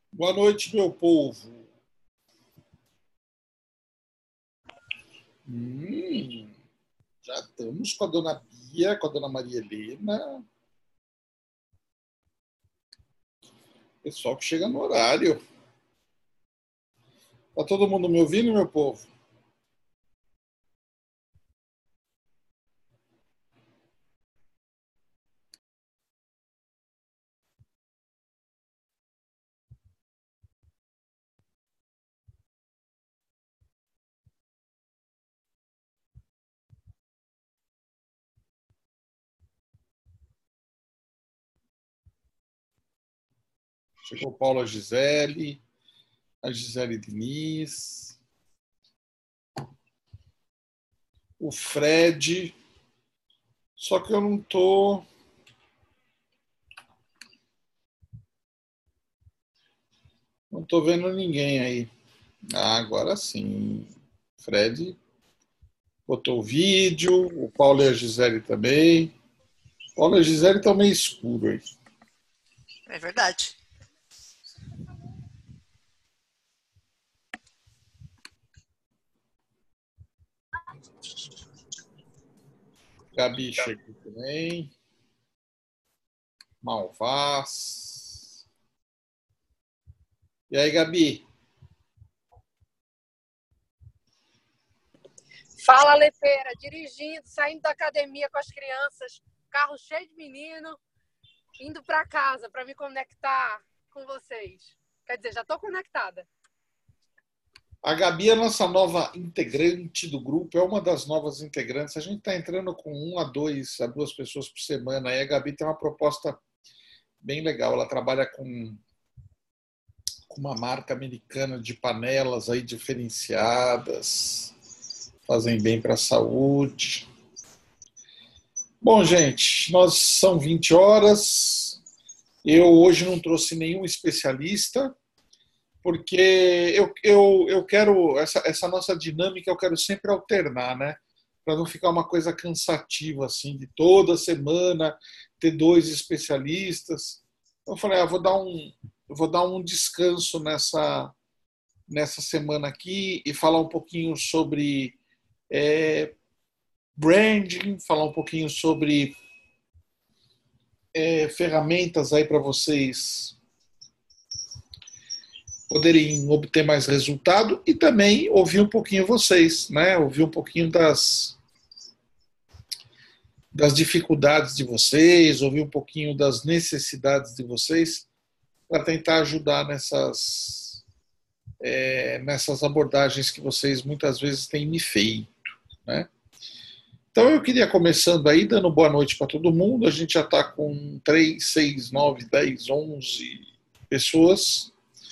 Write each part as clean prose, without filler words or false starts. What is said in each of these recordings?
Boa noite, meu povo. Hum, já estamos com a dona Bia, com a dona Maria Helena. Pessoal que chega no horário. Tá todo mundo me ouvindo, meu povo? Chegou Paula Gisele, a Gisele Diniz, o Fred. Só que eu não tô vendo ninguém aí. Ah, agora sim. Fred botou o vídeo, o Paulo e a Gisele também. O Paulo e a Gisele estão meio escuro aí. É verdade. Gabi chegou também. Malvaz. E aí, Gabi? Fala, Lepeira, dirigindo, saindo da academia com as crianças, carro cheio de menino, indo para casa para me conectar com vocês. Quer dizer, já estou conectada. A Gabi é a nossa nova integrante do grupo, é uma das novas integrantes. A gente está entrando com a duas pessoas por semana. E a Gabi tem uma proposta bem legal. Ela trabalha com uma marca americana de panelas aí diferenciadas, fazem bem para a saúde. Bom, gente, nós são 20 horas. Eu hoje não trouxe nenhum especialista, porque eu quero, essa nossa dinâmica eu quero sempre alternar, né? Para não ficar uma coisa cansativa, assim, de toda semana ter dois especialistas. Então, eu falei, vou dar um descanso nessa semana aqui e falar um pouquinho sobre branding, falar um pouquinho sobre ferramentas aí para vocês poderem obter mais resultado e também ouvir um pouquinho vocês, né? Ouvir um pouquinho das dificuldades de vocês, ouvir um pouquinho das necessidades de vocês para tentar ajudar nessas abordagens que vocês muitas vezes têm me feito, né? Então eu queria começando aí, dando boa noite para todo mundo. A gente já está com 3, 6, 9, 10, 11 pessoas.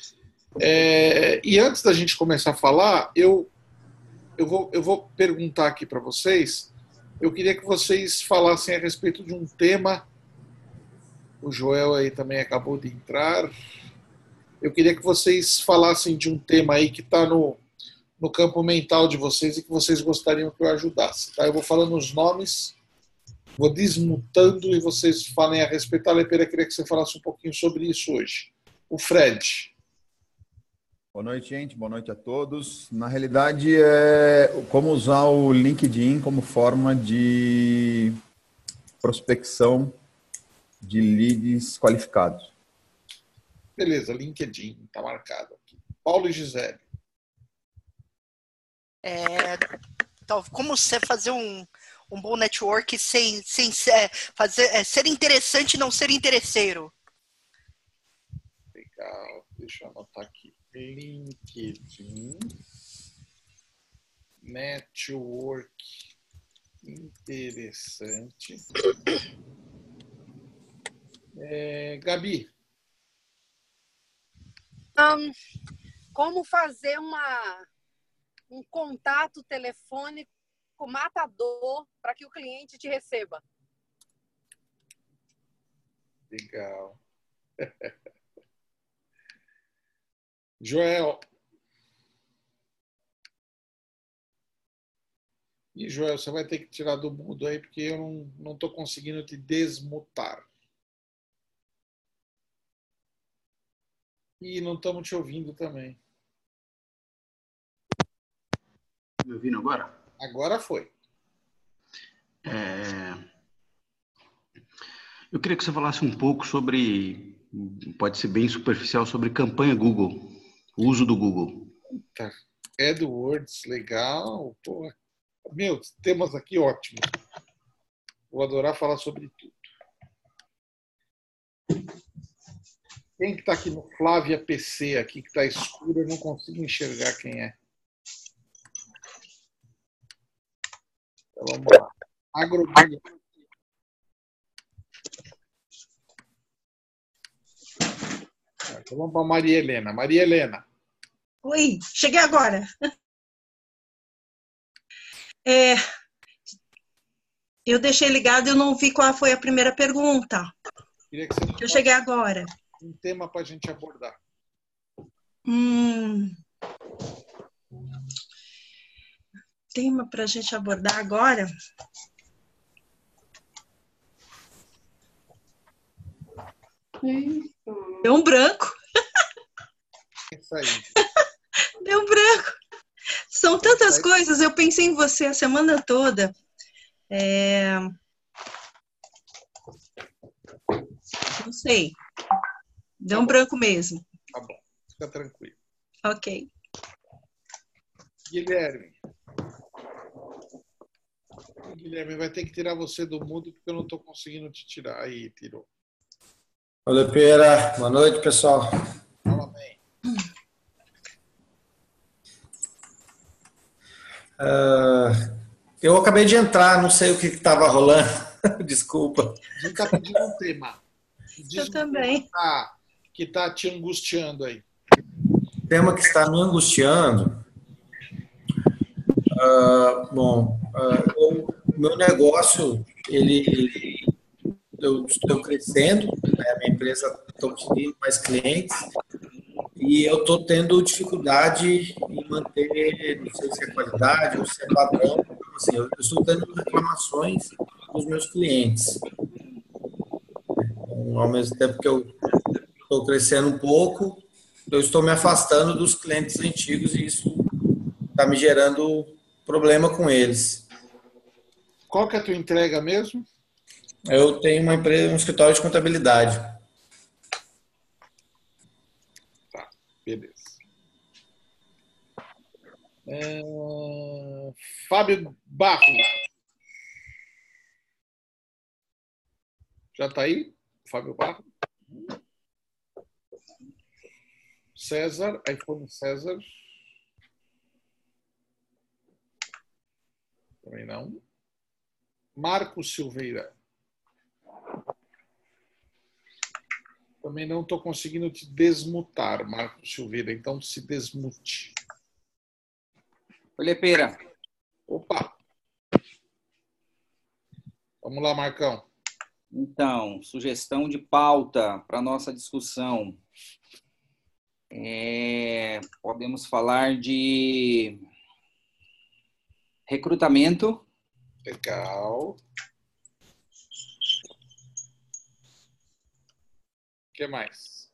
E antes da gente começar a falar, eu vou perguntar aqui para vocês. Eu queria que vocês falassem a respeito de um tema. O Joel aí também acabou de entrar. Eu queria que vocês falassem de um tema aí que está no campo mental de vocês e que vocês gostariam que eu ajudasse. Tá? Eu vou falando os nomes, vou desmutando e vocês falem a respeito. Alepeira, queria que você falasse um pouquinho sobre isso hoje. O Fred. Boa noite, gente. Boa noite a todos. Na realidade, é como usar o LinkedIn como forma de prospecção de leads qualificados. Beleza, LinkedIn, está marcado aqui. Paulo e Gisele. Então, como você fazer um bom network sem ser interessante e não ser interesseiro? Legal, deixa eu anotar aqui. LinkedIn, network interessante. Gabi. Como fazer um contato telefônico matador para que o cliente te receba? Legal. Joel. E, Joel, você vai ter que tirar do mudo aí, porque eu não estou conseguindo te desmutar. E não estamos te ouvindo também. Me ouvindo agora? Agora foi. Eu queria que você falasse um pouco sobre, pode ser bem superficial, sobre campanha Google, o uso do Google. Tá. AdWords, legal. Pô, meu, temas aqui ótimos. Vou adorar falar sobre tudo. Quem que está aqui no Flávia PC, aqui que está escuro, eu não consigo enxergar quem é. Então, vamos lá. Agrobio. Então, vamos para Maria Helena. Maria Helena. Oi, cheguei agora. Eu deixei ligado e eu não vi qual foi a primeira pergunta. Queria que você Eu cheguei agora. um tema para a gente abordar. Tema para a gente abordar agora? Deu um branco. Isso aí. Deu um branco. São tantas coisas. Eu pensei em você a semana toda. Não sei. Deu um branco mesmo. Tá bom. Fica tranquilo. Ok. Guilherme. Guilherme, vai ter que tirar você do mundo porque eu não estou conseguindo te tirar. Aí, tirou. Olá, Pera. Boa noite, pessoal. Fala bem. Eu acabei de entrar, não sei o que estava rolando. Desculpa. A gente está pedindo um tema. Eu também. Que está te angustiando aí. O tema que está me angustiando. O meu negócio, eu estou crescendo, né? A minha empresa está conseguindo mais clientes e eu estou tendo dificuldade em manter, não sei se é qualidade ou se é padrão. Então, assim, eu estou tendo reclamações dos meus clientes. Então, ao mesmo tempo que eu estou crescendo um pouco, eu estou me afastando dos clientes antigos e isso está me gerando problema com eles. Qual que é a tua entrega mesmo? Eu tenho uma empresa, um escritório de contabilidade. Tá, beleza. Fábio Barros. Já está aí? Fábio Barros. César, iPhone César. Também não. Marcos Silveira. Também não estou conseguindo te desmutar, Marcos Silveira. Então se desmute. Olha, Pera. Opa! Vamos lá, Marcão. Então, sugestão de pauta para nossa discussão. Podemos falar de recrutamento. Legal. O que mais?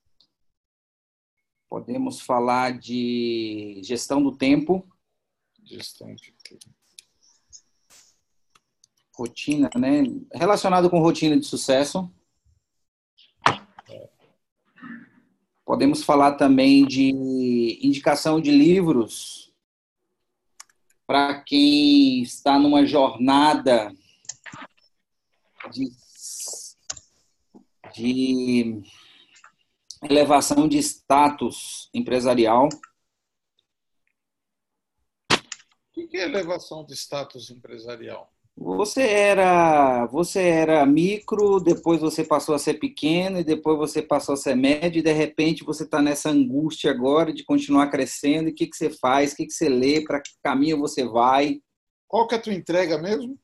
Podemos falar de gestão do tempo. Gestão de tempo. Rotina, né? Relacionado com rotina de sucesso. Podemos falar também de indicação de livros para quem está numa jornada de elevação de status empresarial. O que é elevação de status empresarial? Você era micro, depois você passou a ser pequeno, e depois você passou a ser médio, e de repente você está nessa angústia agora de continuar crescendo. E o que você faz? O que você lê? Para que caminho você vai? Qual que é a tua entrega mesmo?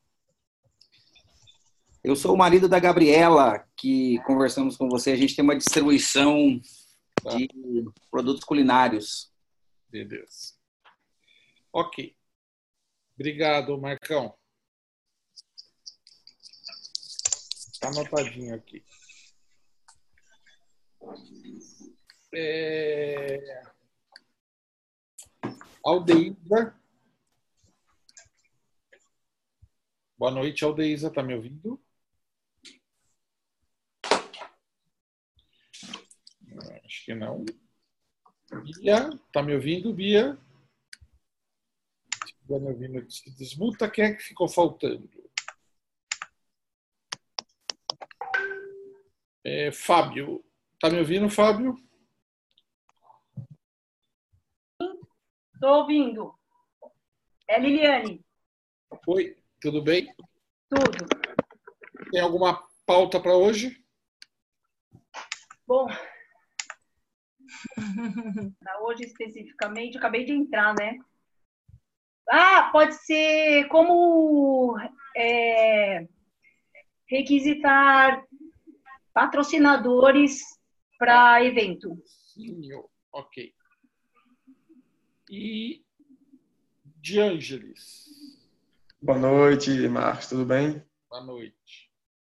Eu sou o marido da Gabriela, que conversamos com você. A gente tem uma distribuição de produtos culinários. Beleza. Ok. Obrigado, Marcão. Está anotadinho aqui. Aldeísa. Boa noite, Aldeísa. Está me ouvindo? Acho que não. Bia, está me ouvindo, Bia? Se estiver me ouvindo, se desmuta. Quem é que ficou faltando? Fábio. Está me ouvindo, Fábio? Estou ouvindo. É Liliane. Oi, tudo bem? Tudo. Tem alguma pauta para hoje? Bom, para hoje especificamente, eu acabei de entrar, né? Pode ser como requisitar patrocinadores para evento. Sim, ok. E de Ângeles. Boa noite, Marcos, tudo bem? Boa noite.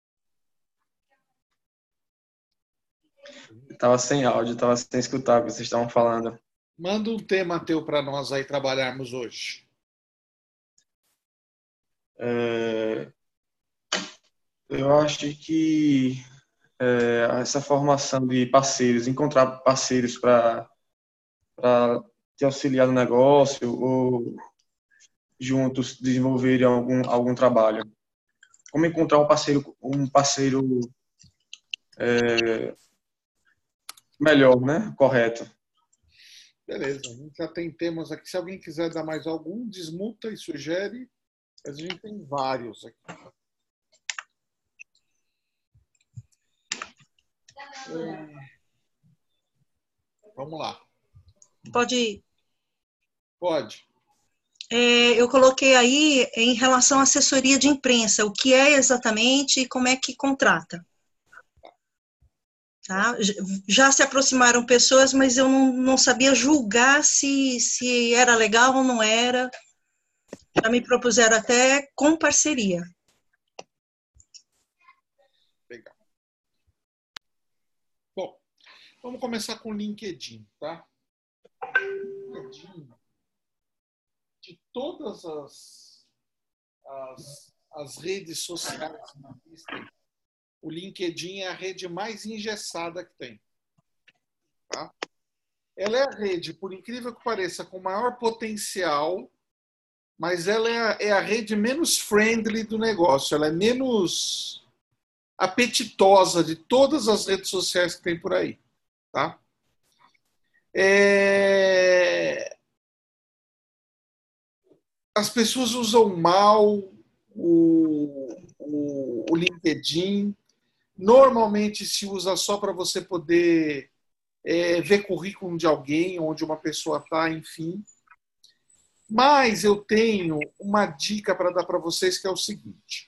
Estava sem áudio, estava sem escutar o que vocês estavam falando. Manda um tema teu para nós aí trabalharmos hoje. Eu acho que essa formação de parceiros, encontrar parceiros para te auxiliar no negócio ou juntos desenvolverem algum trabalho. Como encontrar um parceiro melhor, né? Correto. Beleza, a gente já tem temas aqui. Se alguém quiser dar mais algum, desmuta e sugere. Mas a gente tem vários aqui. Vamos lá. Pode ir. Pode. Eu coloquei aí em relação à assessoria de imprensa, o que é exatamente e como é que contrata. Tá? Já se aproximaram pessoas, mas eu não sabia julgar se era legal ou não era. Já me propuseram até com parceria. Legal. Bom, vamos começar com o LinkedIn, tá? LinkedIn, de todas as redes sociais que existem, o LinkedIn é a rede mais engessada que tem. Tá? Ela é a rede, por incrível que pareça, com maior potencial, mas ela é a rede menos friendly do negócio. Ela é menos apetitosa de todas as redes sociais que tem por aí. Tá? As pessoas usam mal o LinkedIn. Normalmente se usa só para você poder ver currículo de alguém, onde uma pessoa está, enfim. Mas eu tenho uma dica para dar para vocês, que é o seguinte.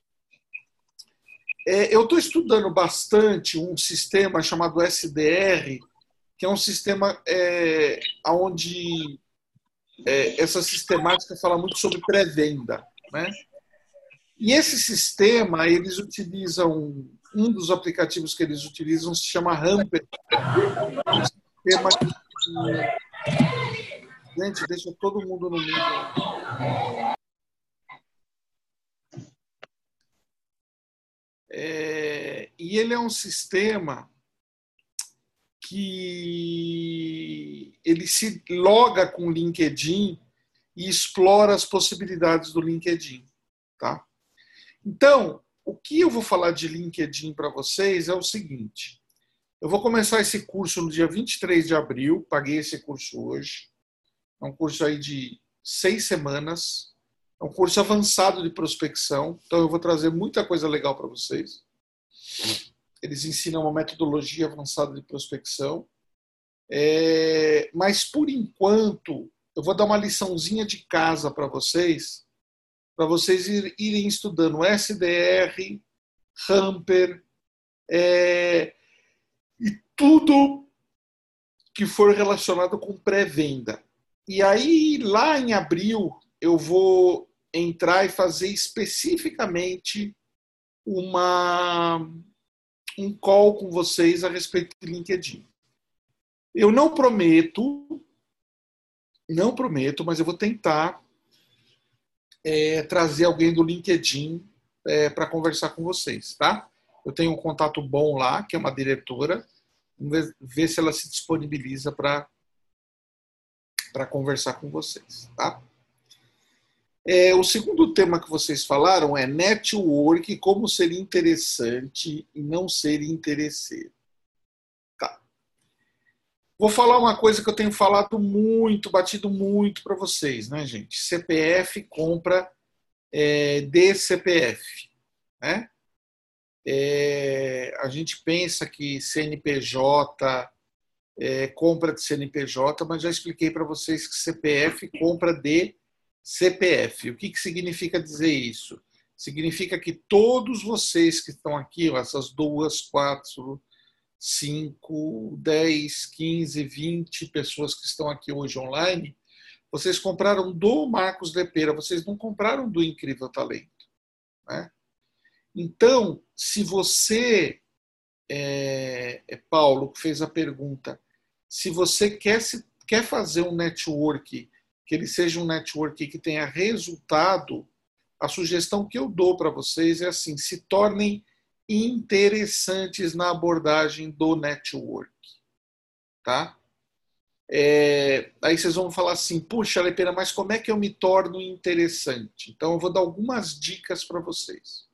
Eu estou estudando bastante um sistema chamado SDR, que é um sistema onde essa sistemática fala muito sobre pré-venda, né? E esse sistema, eles utilizam, um dos aplicativos que eles utilizam se chama Hamper. Um sistema que, gente, deixa todo mundo no mundo. E ele é um sistema que ele se loga com o LinkedIn e explora as possibilidades do LinkedIn, tá? Então, o que eu vou falar de LinkedIn para vocês é o seguinte. Eu vou começar esse curso no dia 23 de abril, paguei esse curso hoje. É um curso aí de 6 semanas. É um curso avançado de prospecção, então eu vou trazer muita coisa legal para vocês. Eles ensinam uma metodologia avançada de prospecção. Mas, por enquanto, eu vou dar uma liçãozinha de casa para vocês irem estudando SDR, Hamper, e tudo que for relacionado com pré-venda. E aí, lá em abril, eu vou entrar e fazer especificamente um call com vocês a respeito de LinkedIn. Eu não prometo, mas eu vou tentar trazer alguém do LinkedIn para conversar com vocês, tá? Eu tenho um contato bom lá, que é uma diretora, vamos ver se ela se disponibiliza para conversar com vocês, tá? O segundo tema que vocês falaram é network, como ser interessante e não ser interesseiro. Tá. Vou falar uma coisa que eu tenho falado muito, batido muito para vocês, né, gente? CPF compra de CPF, né? A gente pensa que CNPJ compra de CNPJ, mas já expliquei para vocês que CPF compra de CPF. O que significa dizer isso? Significa que todos vocês que estão aqui, essas 2, 4, 5, 10, 15, 20 pessoas que estão aqui hoje online, vocês compraram do Marcos Lepera, vocês não compraram do Incrível Talento, né? Então, se você, Paulo, que fez a pergunta, se você quer fazer um network, que ele seja um network que tenha resultado, a sugestão que eu dou para vocês é assim, se tornem interessantes na abordagem do network. Tá? Aí vocês vão falar assim, puxa, Lepera, mas como é que eu me torno interessante? Então eu vou dar algumas dicas para vocês.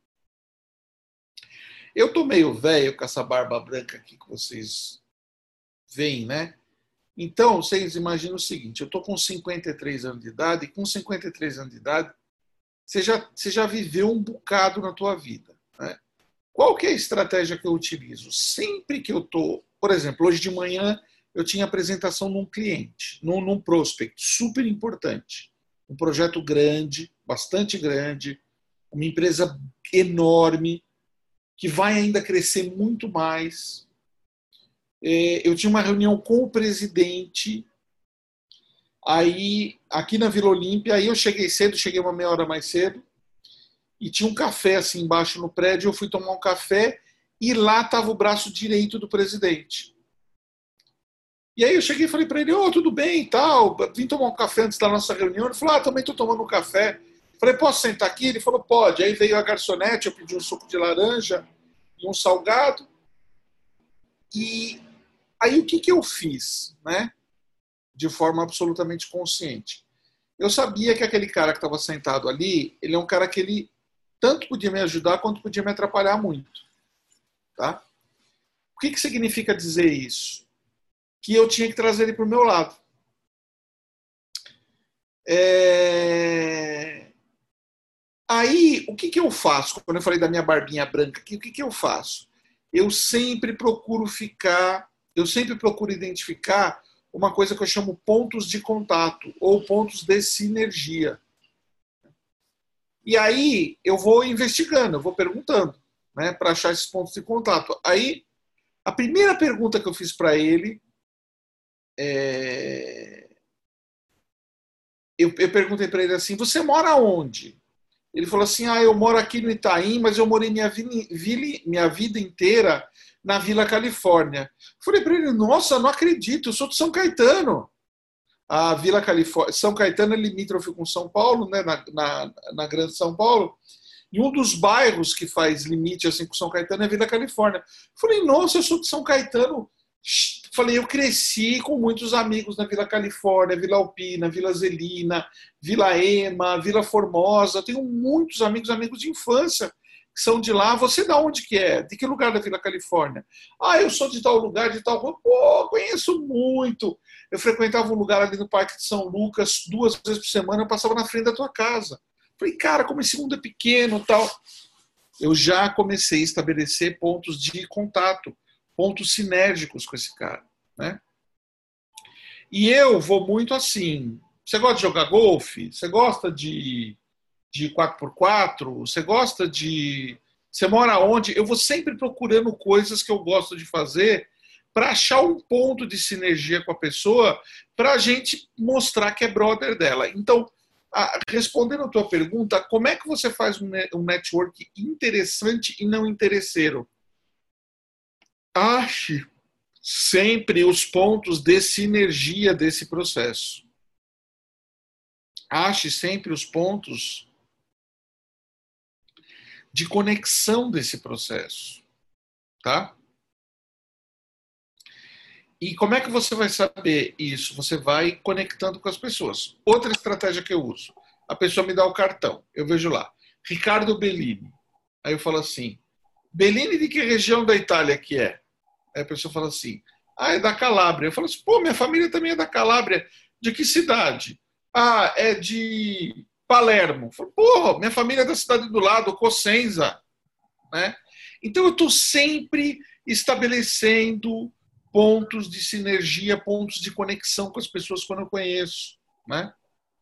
Eu tô meio velho com essa barba branca aqui que vocês veem, né? Então, vocês imaginam o seguinte, eu tô com 53 anos de idade, e com 53 anos de idade, você já viveu um bocado na tua vida, né? Qual que é a estratégia que eu utilizo? Sempre que eu tô, por exemplo, hoje de manhã eu tinha apresentação num cliente, num prospect, super importante. Um projeto grande, bastante grande, uma empresa enorme, que vai ainda crescer muito mais. Eu tinha uma reunião com o presidente, aí aqui na Vila Olímpia, aí eu cheguei cedo, cheguei uma meia hora mais cedo, e tinha um café assim embaixo no prédio, eu fui tomar um café, e lá estava o braço direito do presidente. E aí eu cheguei e falei para ele, tudo bem e tal, vim tomar um café antes da nossa reunião. Ele falou, também estou tomando um café. Falei, posso sentar aqui? Ele falou, pode. Aí veio a garçonete, eu pedi um suco de laranja e um salgado. E aí o que eu fiz, né? De forma absolutamente consciente. Eu sabia que aquele cara que estava sentado ali, ele é um cara que ele tanto podia me ajudar quanto podia me atrapalhar muito. Tá? O que significa dizer isso? Que eu tinha que trazer ele para o meu lado. Aí, o que eu faço? Quando eu falei da minha barbinha branca aqui, o que eu faço? Eu sempre procuro identificar uma coisa que eu chamo pontos de contato ou pontos de sinergia. E aí eu vou investigando, eu vou perguntando, né, para achar esses pontos de contato. Aí a primeira pergunta que eu fiz para ele, eu perguntei para ele assim, você mora onde? Ele falou assim, eu moro aqui no Itaim, mas eu morei minha vida inteira na Vila Califórnia. Falei para ele, nossa, não acredito, eu sou de São Caetano. A Vila Califórnia, São Caetano é limítrofe com São Paulo, né, na Grande São Paulo, e um dos bairros que faz limite assim, com São Caetano é a Vila Califórnia. Falei, nossa, eu sou de São Caetano. Falei, eu cresci com muitos amigos na Vila Califórnia, Vila Alpina, Vila Zelina, Vila Ema, Vila Formosa. Eu tenho muitos amigos de infância que são de lá. Você de onde que é? De que lugar da Vila Califórnia? Eu sou de tal lugar, de tal... Pô, conheço muito. Eu frequentava um lugar ali no Parque de São Lucas, 2 vezes por semana, eu passava na frente da tua casa. Falei, cara, como esse mundo é pequeno e tal. Eu já comecei a estabelecer pontos de contato, pontos sinérgicos com esse cara, né? E eu vou muito assim, você gosta de jogar golfe? Você gosta de 4x4? Você gosta de... Você mora onde? Eu vou sempre procurando coisas que eu gosto de fazer para achar um ponto de sinergia com a pessoa para a gente mostrar que é brother dela. Então, respondendo a tua pergunta, como é que você faz um network interessante e não interesseiro? Ache sempre os pontos de sinergia desse processo. Ache sempre os pontos de conexão desse processo, tá? E como é que você vai saber isso? Você vai conectando com as pessoas. Outra estratégia que eu uso. A pessoa me dá o cartão. Eu vejo lá. Ricardo Bellini. Aí eu falo assim, Bellini de que região da Itália que é? Aí a pessoa fala assim, é da Calábria. Eu falo assim, pô, minha família também é da Calábria. De que cidade? É de Palermo. Eu falo, pô, minha família é da cidade do lado, Cosenza. Né? Então eu estou sempre estabelecendo pontos de sinergia, pontos de conexão com as pessoas quando eu conheço. Né?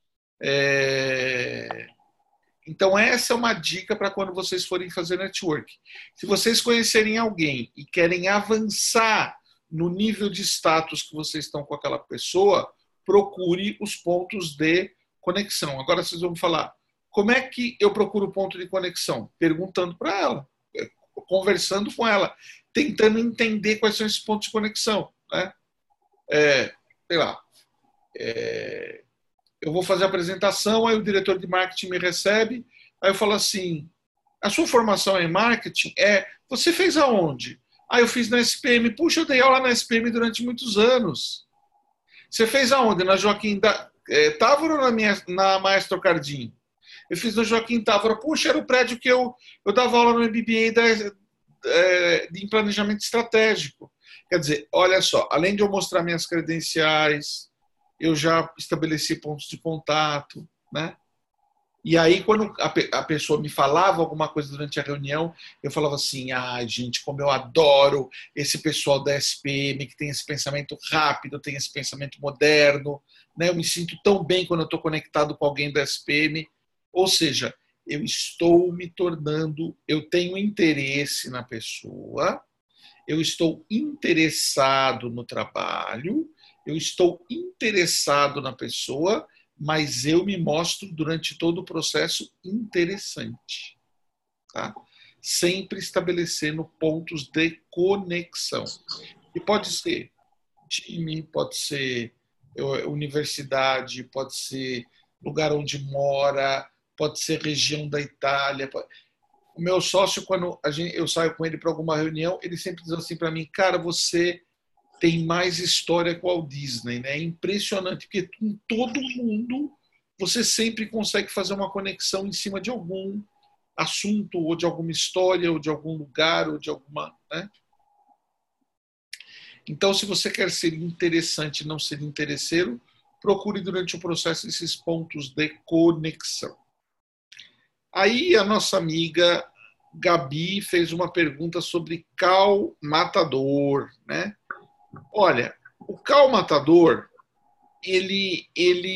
Então, essa é uma dica para quando vocês forem fazer network. Se vocês conhecerem alguém e querem avançar no nível de status que vocês estão com aquela pessoa, procure os pontos de conexão. Agora vocês vão falar, como é que eu procuro o ponto de conexão? Perguntando para ela, conversando com ela, tentando entender quais são esses pontos de conexão. Né? Sei lá, eu vou fazer a apresentação, aí o diretor de marketing me recebe, aí eu falo assim, a sua formação em marketing você fez aonde? Eu fiz na SPM. Puxa, eu dei aula na SPM durante muitos anos. Você fez aonde? Na Joaquim Távora ou na Maestro Cardim? Eu fiz no Joaquim Távora. Puxa, era o prédio que eu dava aula no MBA em planejamento estratégico. Quer dizer, olha só, além de eu mostrar minhas credenciais, eu já estabeleci pontos de contato, né? E aí, quando a pessoa me falava alguma coisa durante a reunião, eu falava assim, gente, como eu adoro esse pessoal da SPM, que tem esse pensamento rápido, tem esse pensamento moderno, né? Eu me sinto tão bem quando eu estou conectado com alguém da SPM. Ou seja, eu estou me tornando, eu tenho interesse na pessoa, eu estou interessado no trabalho, eu estou interessado na pessoa, mas eu me mostro durante todo o processo interessante. Tá? Sempre estabelecendo pontos de conexão. E pode ser time, pode ser universidade, pode ser lugar onde mora, pode ser região da Itália. O meu sócio, quando eu saio com ele para alguma reunião, ele sempre diz assim para mim, cara, você tem mais história que o Walt Disney, né? É impressionante, porque com todo mundo você sempre consegue fazer uma conexão em cima de algum assunto, ou de alguma história, ou de algum lugar, ou de alguma... Né? Então, se você quer ser interessante e não ser interesseiro, procure durante o processo esses pontos de conexão. Aí a nossa amiga Gabi fez uma pergunta sobre call matador, né? Olha, o call matador, ele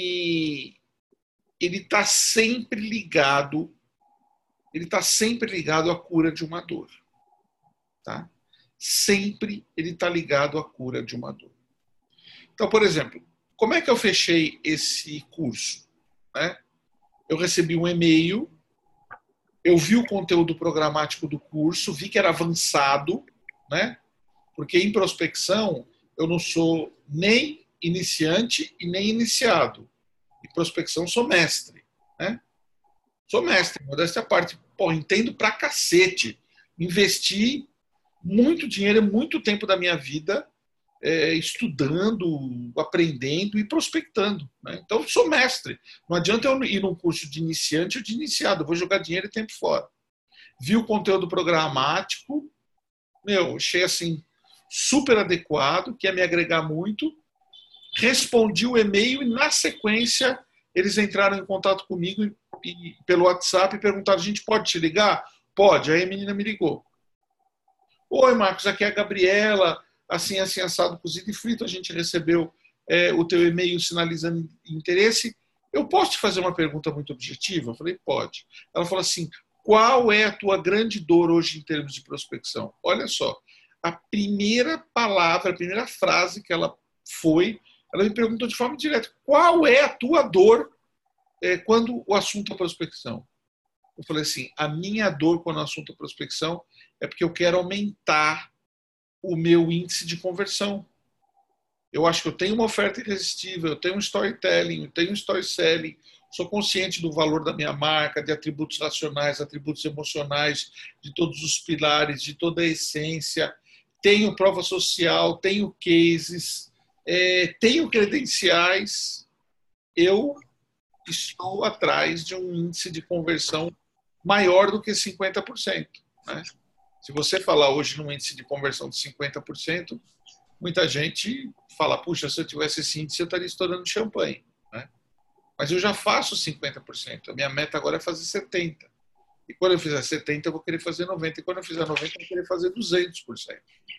está sempre ligado à cura de uma dor, tá? Sempre ele está ligado à cura de uma dor. Então, por exemplo, como é que eu fechei esse curso? Né? Eu recebi um e-mail, eu vi o conteúdo programático do curso, vi que era avançado, né? Porque em prospecção eu não sou nem iniciante e nem iniciado. Em prospecção sou mestre, né? Sou mestre, modéstia à parte. Pô, entendo pra cacete. Investi muito dinheiro, muito tempo da minha vida estudando, aprendendo e prospectando. Né? Então, sou mestre. Não adianta eu ir num curso de iniciante ou de iniciado. Eu vou jogar dinheiro e tempo fora. Vi o conteúdo programático, achei assim super adequado, que ia me agregar muito. Respondi o e-mail e, na sequência, eles entraram em contato comigo pelo WhatsApp e perguntaram, a gente pode te ligar? Pode. Aí a menina me ligou. Oi, Marcos, aqui é a Gabriela, assim, assado, cozido e frito, a gente recebeu o teu e-mail sinalizando interesse. Eu posso te fazer uma pergunta muito objetiva? Eu falei, pode. Ela falou assim, qual é a tua grande dor hoje em termos de prospecção? Olha só, a primeira palavra, a primeira frase que ela me perguntou de forma direta, qual é a tua dor quando o assunto é prospecção? Eu falei assim, a minha dor quando o assunto é prospecção é porque eu quero aumentar o meu índice de conversão. Eu acho que eu tenho uma oferta irresistível, eu tenho um storytelling, eu tenho um story selling, sou consciente do valor da minha marca, de atributos racionais, atributos emocionais, de todos os pilares, de toda a essência. Tenho prova social, tenho cases, tenho credenciais. Eu estou atrás de um índice de conversão maior do que 50%. Né? Se você falar hoje num índice de conversão de 50%, muita gente fala, puxa, se eu tivesse esse índice, eu estaria estourando champanhe. Né? Mas eu já faço 50%. A minha meta agora é fazer 70%. E quando eu fizer 70%, eu vou querer fazer 90%. E quando eu fizer 90%, eu vou querer fazer 200%.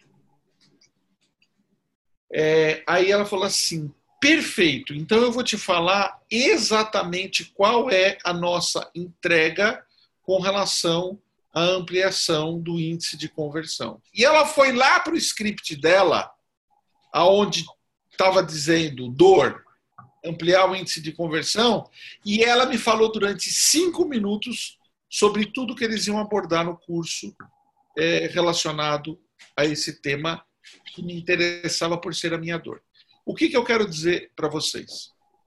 Aí ela falou assim, perfeito, então eu vou te falar exatamente qual é a nossa entrega com relação à ampliação do índice de conversão. E ela foi lá para o script dela, aonde estava dizendo dor, ampliar o índice de conversão, e ela me falou durante 5 minutos sobre tudo que eles iam abordar no curso relacionado a esse tema que me interessava por ser a minha dor. O que eu quero dizer para vocês?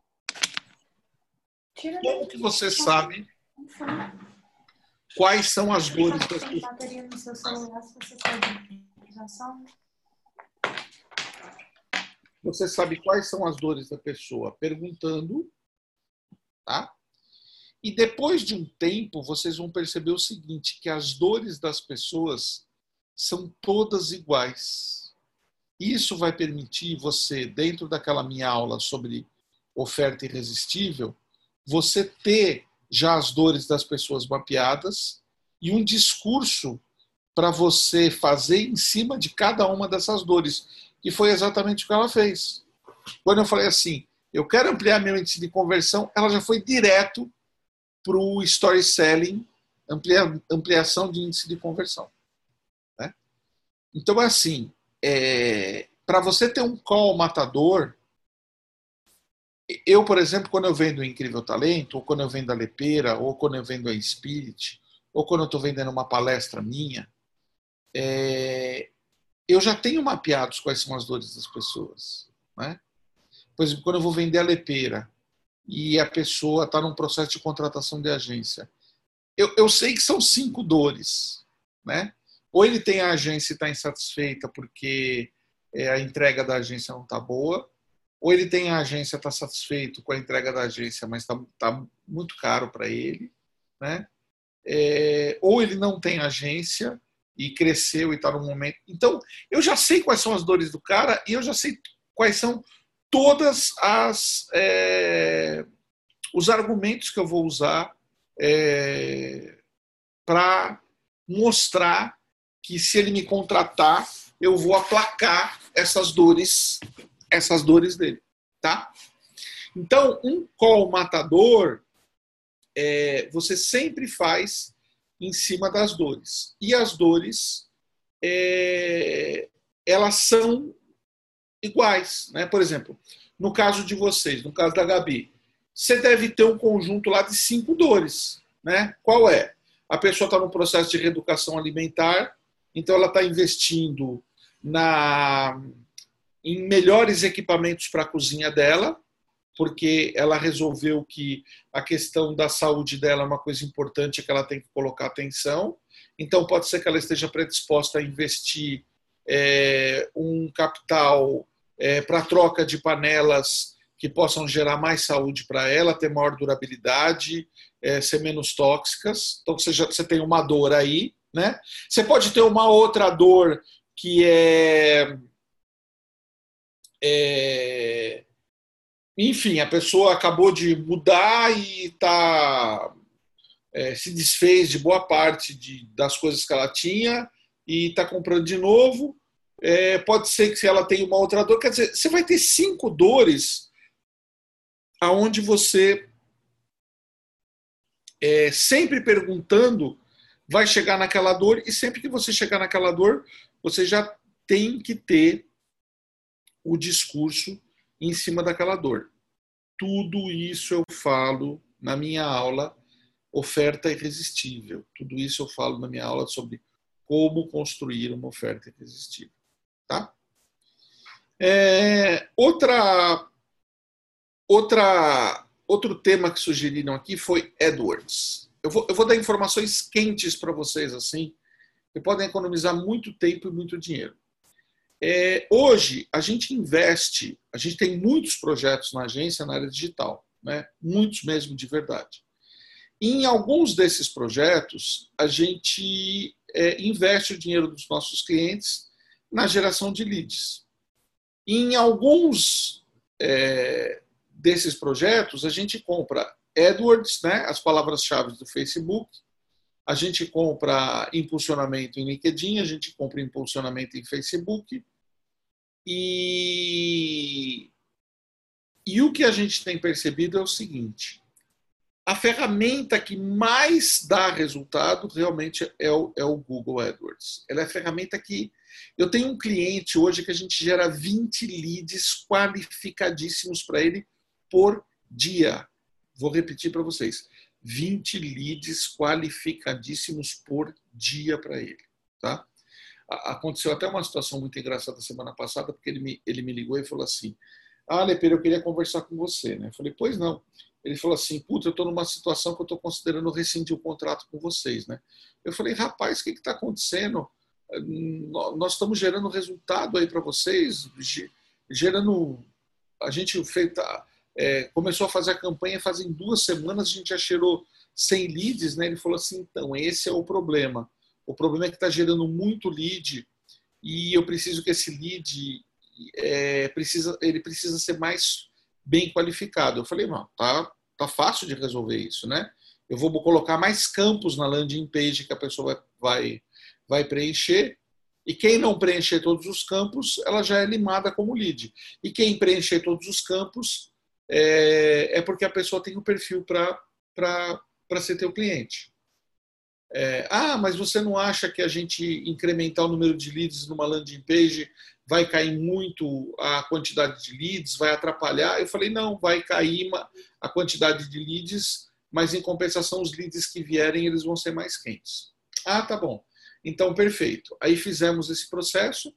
Como que você sabe quais são as dores das pessoas? Você sabe quais são as dores da pessoa? Perguntando, tá? E depois de um tempo, vocês vão perceber o seguinte, que as dores das pessoas são todas iguais. Isso vai permitir você, dentro daquela minha aula sobre oferta irresistível, você ter já as dores das pessoas mapeadas e um discurso para você fazer em cima de cada uma dessas dores, que foi exatamente o que ela fez. Quando eu falei assim, eu quero ampliar meu índice de conversão, ela já foi direto para o story selling, ampliação de índice de conversão. Né? Então, é assim, para você ter um call matador, eu, por exemplo, quando eu vendo o Incrível Talento, ou quando eu vendo a Lepera, ou quando eu vendo a Spirit, ou quando eu estou vendendo uma palestra minha, eu já tenho mapeados quais são as dores das pessoas. Né? Por exemplo, quando eu vou vender a Lepera e a pessoa está num processo de contratação de agência, eu sei que são 5 dores. Né? Ou ele tem a agência e está insatisfeita porque a entrega da agência não está boa, ou ele tem a agência e está satisfeito com a entrega da agência, mas está muito caro para ele. Né? Ou ele não tem agência e cresceu e está no momento. Então, eu já sei quais são as dores do cara e eu já sei quais são todas os argumentos que eu vou usar para mostrar que se ele me contratar, eu vou aplacar essas dores dele. Tá? Então, um call matador, você sempre faz em cima das dores. E as dores, elas são iguais. Né? Por exemplo, no caso de vocês, no caso da Gabi, você deve ter um conjunto lá de 5 dores. Né? Qual é? A pessoa está no processo de reeducação alimentar, então ela está investindo em melhores equipamentos para a cozinha dela, porque ela resolveu que a questão da saúde dela é uma coisa importante que ela tem que colocar atenção. Então, pode ser que ela esteja predisposta a investir um capital para troca de panelas que possam gerar mais saúde para ela, ter maior durabilidade, ser menos tóxicas. Então, você tem uma dor aí. Né? Você pode ter uma outra dor que enfim, a pessoa acabou de mudar e se desfez de boa parte das coisas que ela tinha e está comprando de novo. Pode ser que se ela tenha uma outra dor, quer dizer, você vai ter 5 dores aonde você sempre perguntando vai chegar naquela dor, e sempre que você chegar naquela dor, você já tem que ter o discurso em cima daquela dor. Tudo isso eu falo na minha aula Oferta Irresistível. Tudo isso eu falo na minha aula sobre como construir uma oferta irresistível. Tá? Outro tema que sugeriram aqui foi AdWords. Eu vou dar informações quentes para vocês, assim, que podem economizar muito tempo e muito dinheiro. Hoje, a gente tem muitos projetos na agência na área digital, né? Muitos mesmo, de verdade. Em alguns desses projetos, a gente investe o dinheiro dos nossos clientes na geração de leads. Em alguns desses projetos, a gente compra AdWords, né, as palavras-chave do Facebook, a gente compra impulsionamento em LinkedIn, a gente compra impulsionamento em Facebook. E o que a gente tem percebido é o seguinte: a ferramenta que mais dá resultado realmente é o Google AdWords. Ela é a ferramenta que... Eu tenho um cliente hoje que a gente gera 20 leads qualificadíssimos para ele por dia. Vou repetir para vocês. 20 leads qualificadíssimos por dia para ele. Tá? Aconteceu até uma situação muito engraçada semana passada, porque ele me ligou e falou assim: Lepera, eu queria conversar com você. Né? Eu falei, pois não. Ele falou assim, puta, eu estou numa situação que eu estou considerando rescindir o contrato com vocês. Né? Eu falei, rapaz, o que está acontecendo? Nós estamos gerando resultado aí para vocês, a gente começou a fazer a campanha fazem 2 semanas, a gente já gerou 100 leads, né? Ele falou assim, então, esse é o problema. O problema é que está gerando muito lead e eu preciso que esse lead ele precisa ser mais bem qualificado. Eu falei, não, tá fácil de resolver isso, né? Eu vou colocar mais campos na landing page que a pessoa vai preencher, e quem não preencher todos os campos, ela já é limada como lead. E quem preencher todos os campos é porque a pessoa tem um perfil para ser teu cliente. Mas você não acha que a gente incrementar o número de leads numa landing page vai cair muito a quantidade de leads, vai atrapalhar? Eu falei, não, vai cair a quantidade de leads, mas em compensação os leads que vierem, eles vão ser mais quentes. Tá bom. Então, perfeito. Aí fizemos esse processo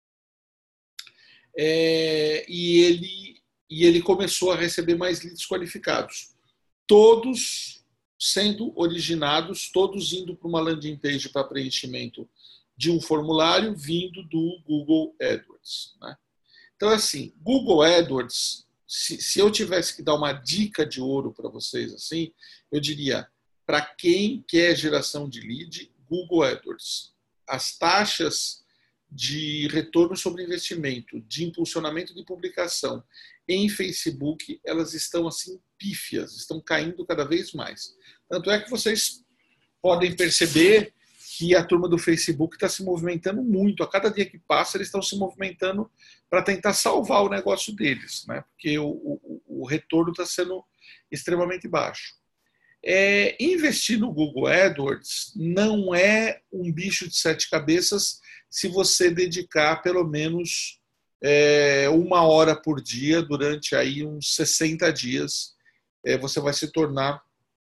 e ele começou a receber mais leads qualificados. Todos sendo originados, todos indo para uma landing page para preenchimento de um formulário vindo do Google AdWords. Né? Então, assim, Google AdWords, se eu tivesse que dar uma dica de ouro para vocês, assim, eu diria, para quem quer geração de lead, Google AdWords. As taxas de retorno sobre investimento, de impulsionamento de publicação em Facebook, elas estão assim pífias, estão caindo cada vez mais. Tanto é que vocês podem perceber que a turma do Facebook está se movimentando muito. A cada dia que passa, eles estão se movimentando para tentar salvar o negócio deles, né? Porque o retorno está sendo extremamente baixo. Investir no Google AdWords não é um bicho de 7 cabeças se você dedicar pelo menos 1 hora por dia durante aí uns 60 dias. Você vai se tornar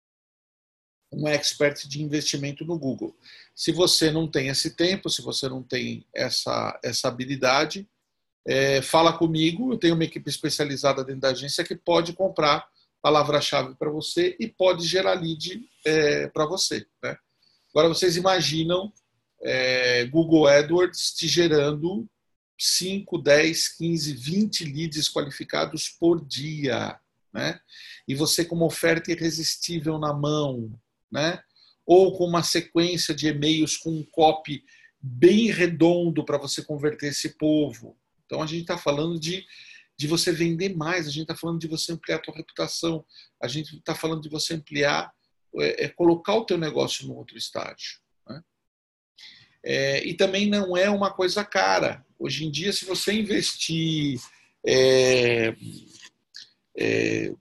um expert de investimento no Google. Se você não tem esse tempo, se você não tem essa habilidade, fala comigo. Eu tenho uma equipe especializada dentro da agência que pode comprar palavra-chave para você e pode gerar lead para você. Né? Agora, vocês imaginam Google AdWords te gerando 5, 10, 15, 20 leads qualificados por dia. Né? E você com uma oferta irresistível na mão, né? Ou com uma sequência de e-mails com um copy bem redondo para você converter esse povo. Então, a gente está falando de você vender mais, a gente está falando de você ampliar a tua reputação, a gente está falando de você ampliar, colocar o teu negócio no outro estágio. Né? E também não é uma coisa cara. Hoje em dia, se você investir 1.000,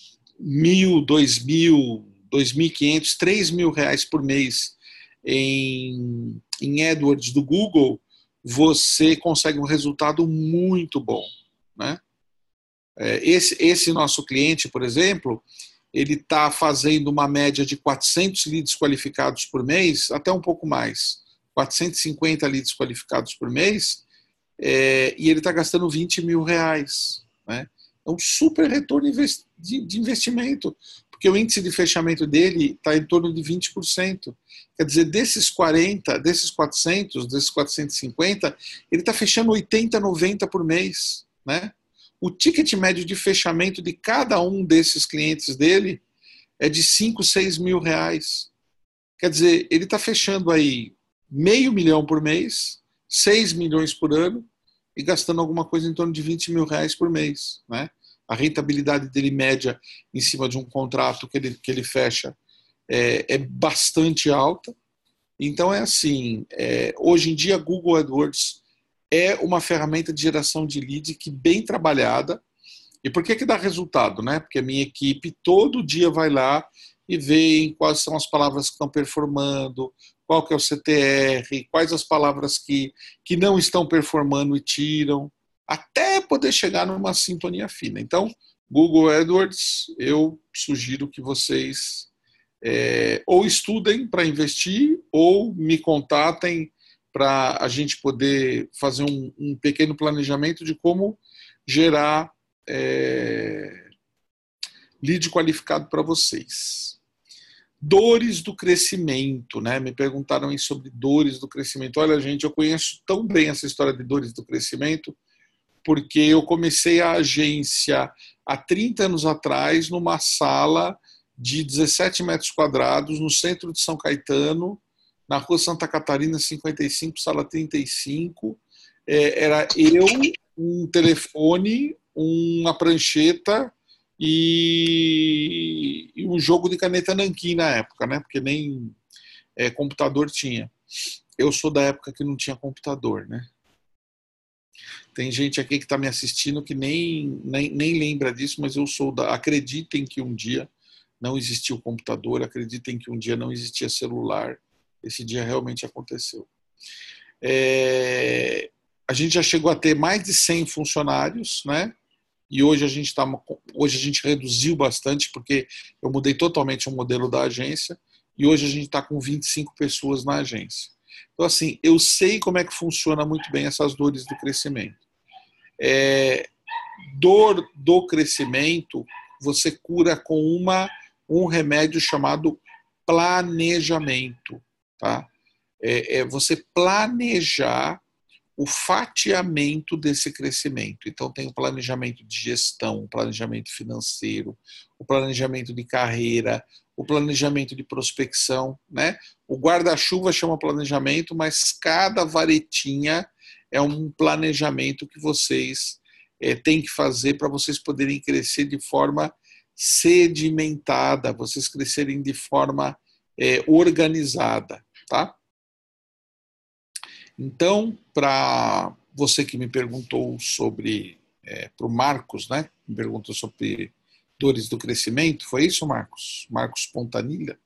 2.000, 2.500, 3.000 reais por mês em AdWords do Google, você consegue um resultado muito bom. Né? Esse nosso cliente, por exemplo, ele está fazendo uma média de 400 leads qualificados por mês, até um pouco mais, 450 leads qualificados por mês, e ele está gastando 20 mil reais. Né? É um super retorno de investimento, porque o índice de fechamento dele está em torno de 20%. Quer dizer, desses 40, desses 400, desses 450, ele está fechando 80, 90 por mês. Né? O ticket médio de fechamento de cada um desses clientes dele é de 5, 6 mil reais. Quer dizer, ele está fechando aí $500 mil por mês, 6 milhões por ano, e gastando alguma coisa em torno de 20 mil reais por mês. Né? A rentabilidade dele média em cima de um contrato que ele fecha é bastante alta. Então é assim, hoje em dia Google AdWords é uma ferramenta de geração de lead que bem trabalhada. E por que dá resultado? Né? Porque a minha equipe todo dia vai lá e vê quais são as palavras que estão performando, qual que é o CTR, quais as palavras que não estão performando e tiram, até poder chegar numa sintonia fina. Então, Google AdWords, eu sugiro que vocês ou estudem para investir ou me contatem para a gente poder fazer um pequeno planejamento de como gerar lead qualificado para vocês. Dores do crescimento, né? Me perguntaram aí sobre dores do crescimento. Olha, gente, eu conheço tão bem essa história de dores do crescimento, porque eu comecei a agência há 30 anos atrás numa sala de 17 metros quadrados no centro de São Caetano, na rua Santa Catarina 55, sala 35. Era eu, um telefone, uma prancheta e um jogo de caneta nanquim na época, né? Porque nem computador tinha. Eu sou da época que não tinha computador, né? Tem gente aqui que está me assistindo que nem lembra disso, mas eu sou da... Acreditem que um dia não existiu computador, acreditem que um dia não existia celular. Esse dia realmente aconteceu. A gente já chegou a ter mais de 100 funcionários, né? E hoje a gente reduziu bastante, porque eu mudei totalmente o modelo da agência, e hoje a gente está com 25 pessoas na agência. Então, assim, eu sei como é que funciona muito bem essas dores do crescimento. Dor do crescimento, você cura com um remédio chamado planejamento. Tá? Você planejar o fatiamento desse crescimento. Então tem o planejamento de gestão, o planejamento financeiro, o planejamento de carreira, o planejamento de prospecção, né? O guarda-chuva chama planejamento, mas cada varetinha é um planejamento que vocês têm que fazer para vocês poderem crescer de forma sedimentada, vocês crescerem de forma organizada, tá? Então, para você que me perguntou sobre, para o Marcos, né? Me perguntou sobre dores do crescimento, foi isso, Marcos? Marcos Pontalina.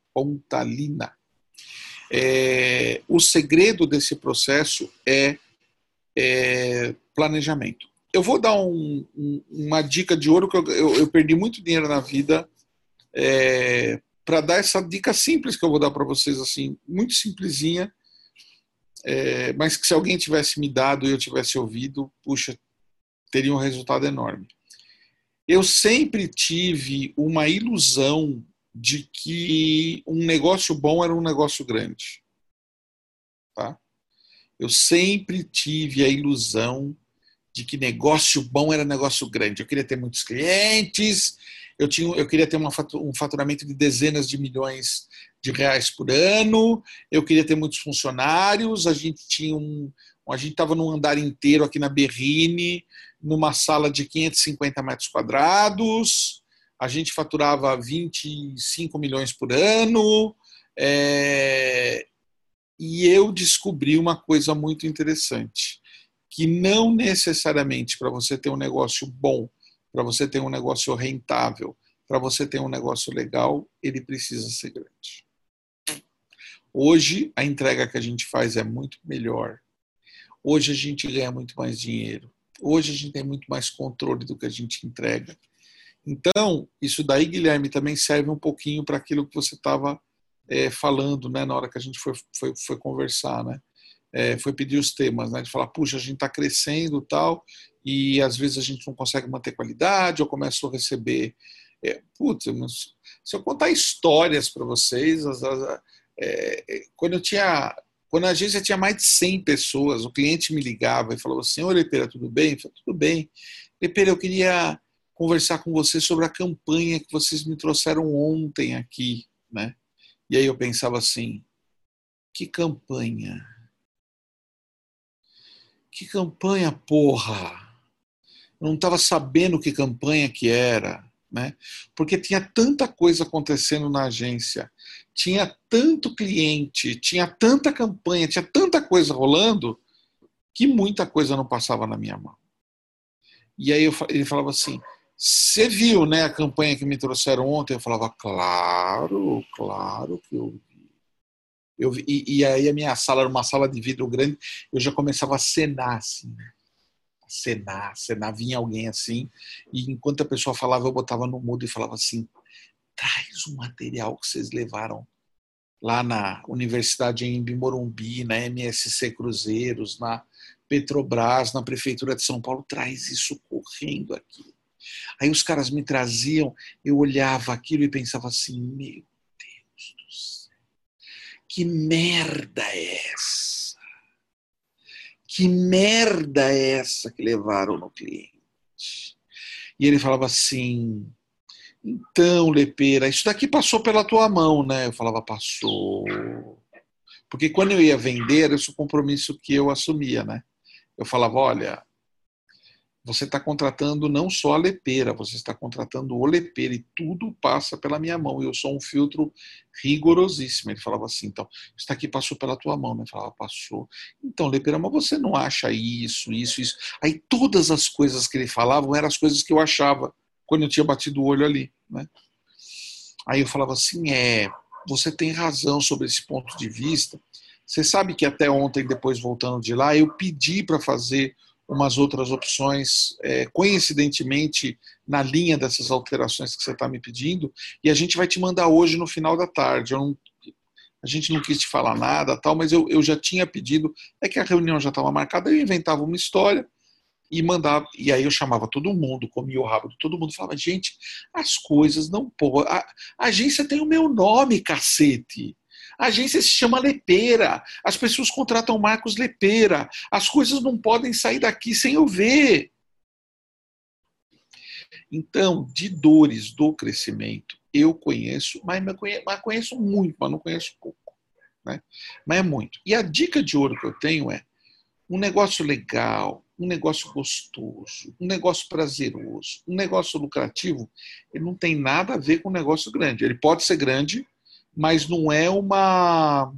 O segredo desse processo é planejamento. Eu vou dar uma dica de ouro, que eu perdi muito dinheiro na vida para dar essa dica simples que eu vou dar para vocês, assim, muito simplesinha, mas que se alguém tivesse me dado e eu tivesse ouvido, puxa, teria um resultado enorme. Eu sempre tive uma ilusão de que um negócio bom era um negócio grande. Tá? Eu sempre tive a ilusão de que negócio bom era negócio grande. Eu queria ter muitos clientes, eu queria ter um faturamento de dezenas de milhões de reais por ano, eu queria ter muitos funcionários, a gente estava num andar inteiro aqui na Berrine, numa sala de 550 metros quadrados, a gente faturava 25 milhões por ano, e eu descobri uma coisa muito interessante, que não necessariamente para você ter um negócio bom, para você ter um negócio rentável, para você ter um negócio legal, ele precisa ser grande. Hoje, a entrega que a gente faz é muito melhor. Hoje, a gente ganha muito mais dinheiro. Hoje, a gente tem muito mais controle do que a gente entrega. Então, isso daí, Guilherme, também serve um pouquinho para aquilo que você estava falando, né, na hora que a gente foi conversar. Né? foi pedir os temas, né? De falar, puxa, a gente está crescendo e tal, e às vezes a gente não consegue manter qualidade, eu começo a receber... putz, se eu contar histórias para vocês, quando a agência tinha mais de 100 pessoas, o cliente me ligava e falava assim, ô Lepera, tudo bem? Eu falei, tudo bem. Lepera, eu queria conversar com você sobre a campanha que vocês me trouxeram ontem aqui, né? E aí eu pensava assim, que campanha? Que campanha, porra? Eu não estava sabendo que campanha que era, né? Porque tinha tanta coisa acontecendo na agência, tinha tanto cliente, tinha tanta campanha, tinha tanta coisa rolando, que muita coisa não passava na minha mão. E aí ele falava assim, você viu, né, a campanha que me trouxeram ontem? Eu falava, claro que eu vi. E aí a minha sala era uma sala de vidro grande, eu já começava a acenar, assim, né? Acenar, vinha alguém assim, e enquanto a pessoa falava, eu botava no mudo e falava assim, traz o material que vocês levaram lá na Universidade em Morumbi, na MSC Cruzeiros, na Petrobras, na Prefeitura de São Paulo, traz isso correndo aqui. Aí os caras me traziam, eu olhava aquilo e pensava assim, meu Deus do céu, que merda é essa? Que merda é essa que levaram no cliente? E ele falava assim, então, Lepera, isso daqui passou pela tua mão, né? Eu falava, passou. Porque quando eu ia vender, era esse o compromisso que eu assumia, né? Eu falava, olha, você está contratando não só a Lepera, você está contratando o Lepera e tudo passa pela minha mão. E eu sou um filtro rigorosíssimo. Ele falava assim, então, isso daqui passou pela tua mão, né? Eu falava, passou. Então, Lepera, mas você não acha isso. Aí todas as coisas que ele falava eram as coisas que eu achava quando eu tinha batido o olho ali, né? Aí eu falava assim, você tem razão sobre esse ponto de vista. Você sabe que até ontem, depois voltando de lá, eu pedi para fazer umas outras opções, coincidentemente, na linha dessas alterações que você está me pedindo, e a gente vai te mandar hoje no final da tarde. A gente não quis te falar nada, tal, mas eu já tinha pedido, que a reunião já estava marcada, eu inventava uma história, e mandava, e aí eu chamava todo mundo, comia o rabo de todo mundo, falava, gente, as coisas não podem, a agência tem o meu nome, cacete, a agência se chama Lepera, as pessoas contratam Marcos Lepera, as coisas não podem sair daqui sem eu ver. Então, de dores do crescimento, eu conheço, mas conheço muito, mas não conheço pouco, né? Mas é muito. E a dica de ouro que eu tenho é um negócio legal, um negócio gostoso, um negócio prazeroso, um negócio lucrativo, ele não tem nada a ver com um negócio grande. Ele pode ser grande, mas não é uma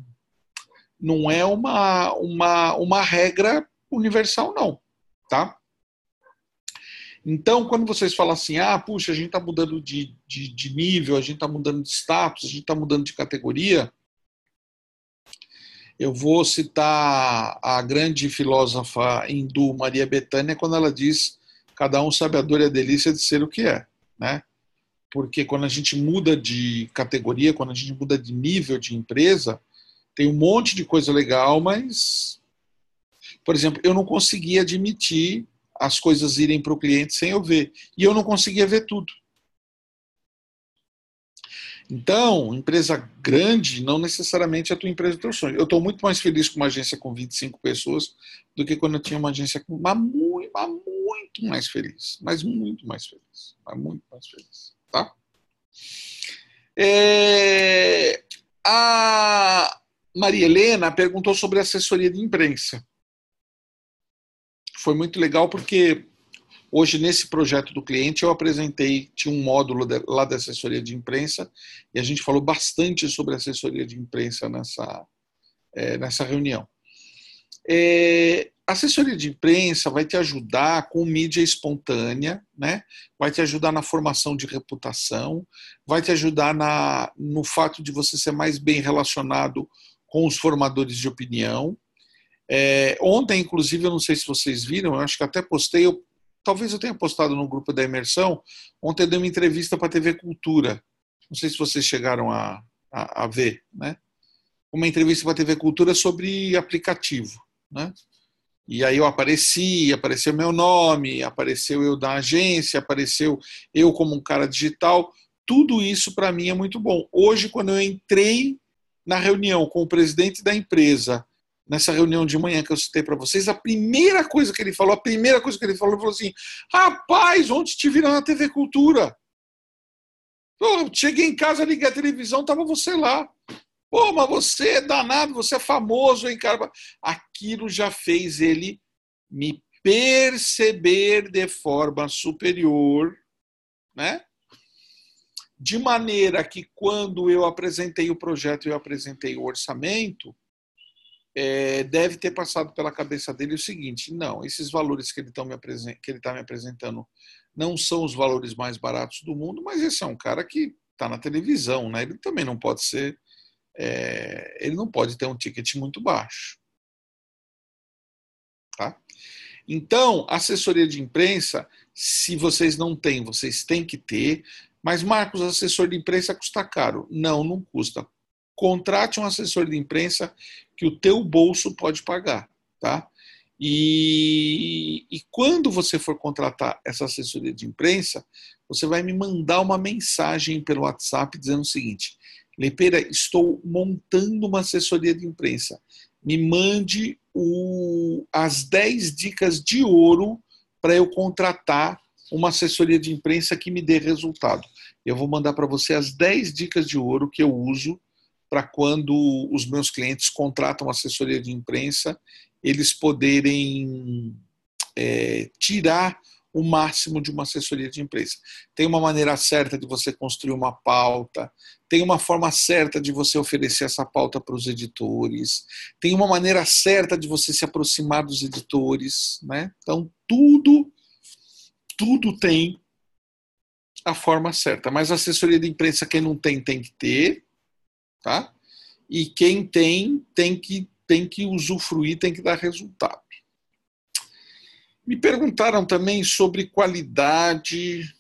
regra universal, não, tá? Então, quando vocês falam assim, puxa, a gente está mudando de nível, a gente está mudando de status, a gente está mudando de categoria, eu vou citar a grande filósofa hindu Maria Bethânia quando ela diz, cada um sabe a dor e a delícia de ser o que é, né? Porque quando a gente muda de categoria, quando a gente muda de nível de empresa, tem um monte de coisa legal, mas, por exemplo, eu não conseguia admitir as coisas irem para o cliente sem eu ver. E eu não conseguia ver tudo. Então, empresa grande não necessariamente é a tua empresa do teu sonho. Eu estou muito mais feliz com uma agência com 25 pessoas do que quando eu tinha uma agência com muito mais feliz. Mas muito mais feliz. Muito mais feliz. Tá? A Maria Helena perguntou sobre assessoria de imprensa. Foi muito legal porque hoje, nesse projeto do cliente, eu apresentei, tinha um módulo lá da assessoria de imprensa, e a gente falou bastante sobre assessoria de imprensa nessa reunião. A assessoria de imprensa vai te ajudar com mídia espontânea, né? Vai te ajudar na formação de reputação, vai te ajudar no fato de você ser mais bem relacionado com os formadores de opinião. Ontem, inclusive, eu não sei se vocês viram, eu acho que até postei, talvez eu tenha postado no grupo da Imersão, ontem eu dei uma entrevista para a TV Cultura. Não sei se vocês chegaram a ver, né? uma entrevista para a TV Cultura sobre aplicativo, né? E aí eu apareceu meu nome, apareceu eu da agência, apareceu eu como um cara digital. Tudo isso para mim é muito bom. Hoje, quando eu entrei na reunião com o presidente da empresa, nessa reunião de manhã que eu citei para vocês, a primeira coisa que ele falou, ele falou assim: rapaz, ontem te viram na TV Cultura. Eu cheguei em casa, liguei a televisão, estava você lá. Pô, mas você é danado, você é famoso, hein, cara? Aquilo já fez ele me perceber de forma superior, né? De maneira que quando eu apresentei o projeto e eu apresentei o orçamento, deve ter passado pela cabeça dele o seguinte: não, esses valores que ele está me apresentando não são os valores mais baratos do mundo, mas esse é um cara que está na televisão, né? Ele também não pode ser... ele não pode ter um ticket muito baixo. Tá? Então, assessoria de imprensa, se vocês não têm, vocês têm que ter. Mas, Marcos, assessor de imprensa custa caro. Não, não custa. Contrate um assessor de imprensa que o teu bolso pode pagar. Tá? E quando você for contratar essa assessoria de imprensa, você vai me mandar uma mensagem pelo WhatsApp dizendo o seguinte: Leipeira, estou montando uma assessoria de imprensa. Me mande as 10 dicas de ouro para eu contratar uma assessoria de imprensa que me dê resultado. Eu vou mandar para você as 10 dicas de ouro que eu uso para quando os meus clientes contratam assessoria de imprensa, eles poderem tirar o máximo de uma assessoria de imprensa. Tem uma maneira certa de você construir uma pauta, tem uma forma certa de você oferecer essa pauta para os editores, tem uma maneira certa de você se aproximar dos editores, né? Então, tudo tem a forma certa. Mas a assessoria de imprensa, quem não tem que ter, tá? E quem tem que usufruir, tem que dar resultado. Me perguntaram também sobre qualidade,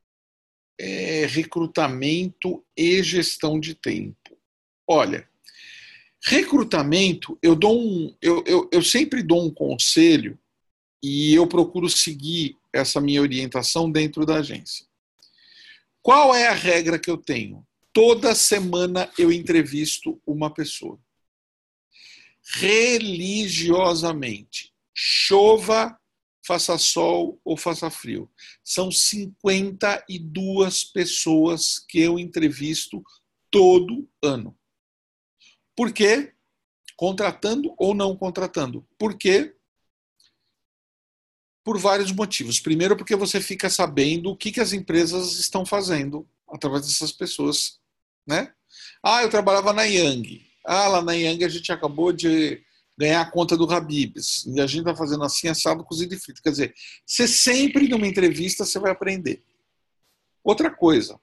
recrutamento e gestão de tempo. Olha, recrutamento, eu sempre dou um conselho e eu procuro seguir essa minha orientação dentro da agência. Qual é a regra que eu tenho? Toda semana eu entrevisto uma pessoa. Religiosamente. Chova, faça sol ou faça frio. São 52 pessoas que eu entrevisto todo ano. Por quê? Contratando ou não contratando. Por quê? Por vários motivos. Primeiro, porque você fica sabendo o que as empresas estão fazendo através dessas pessoas, né? Eu trabalhava na Yang. Lá na Yang a gente acabou de ganhar a conta do Habib's. E a gente está fazendo assim, assado, cozido e frito. Quer dizer, você sempre, numa entrevista, você vai aprender. Outra coisa.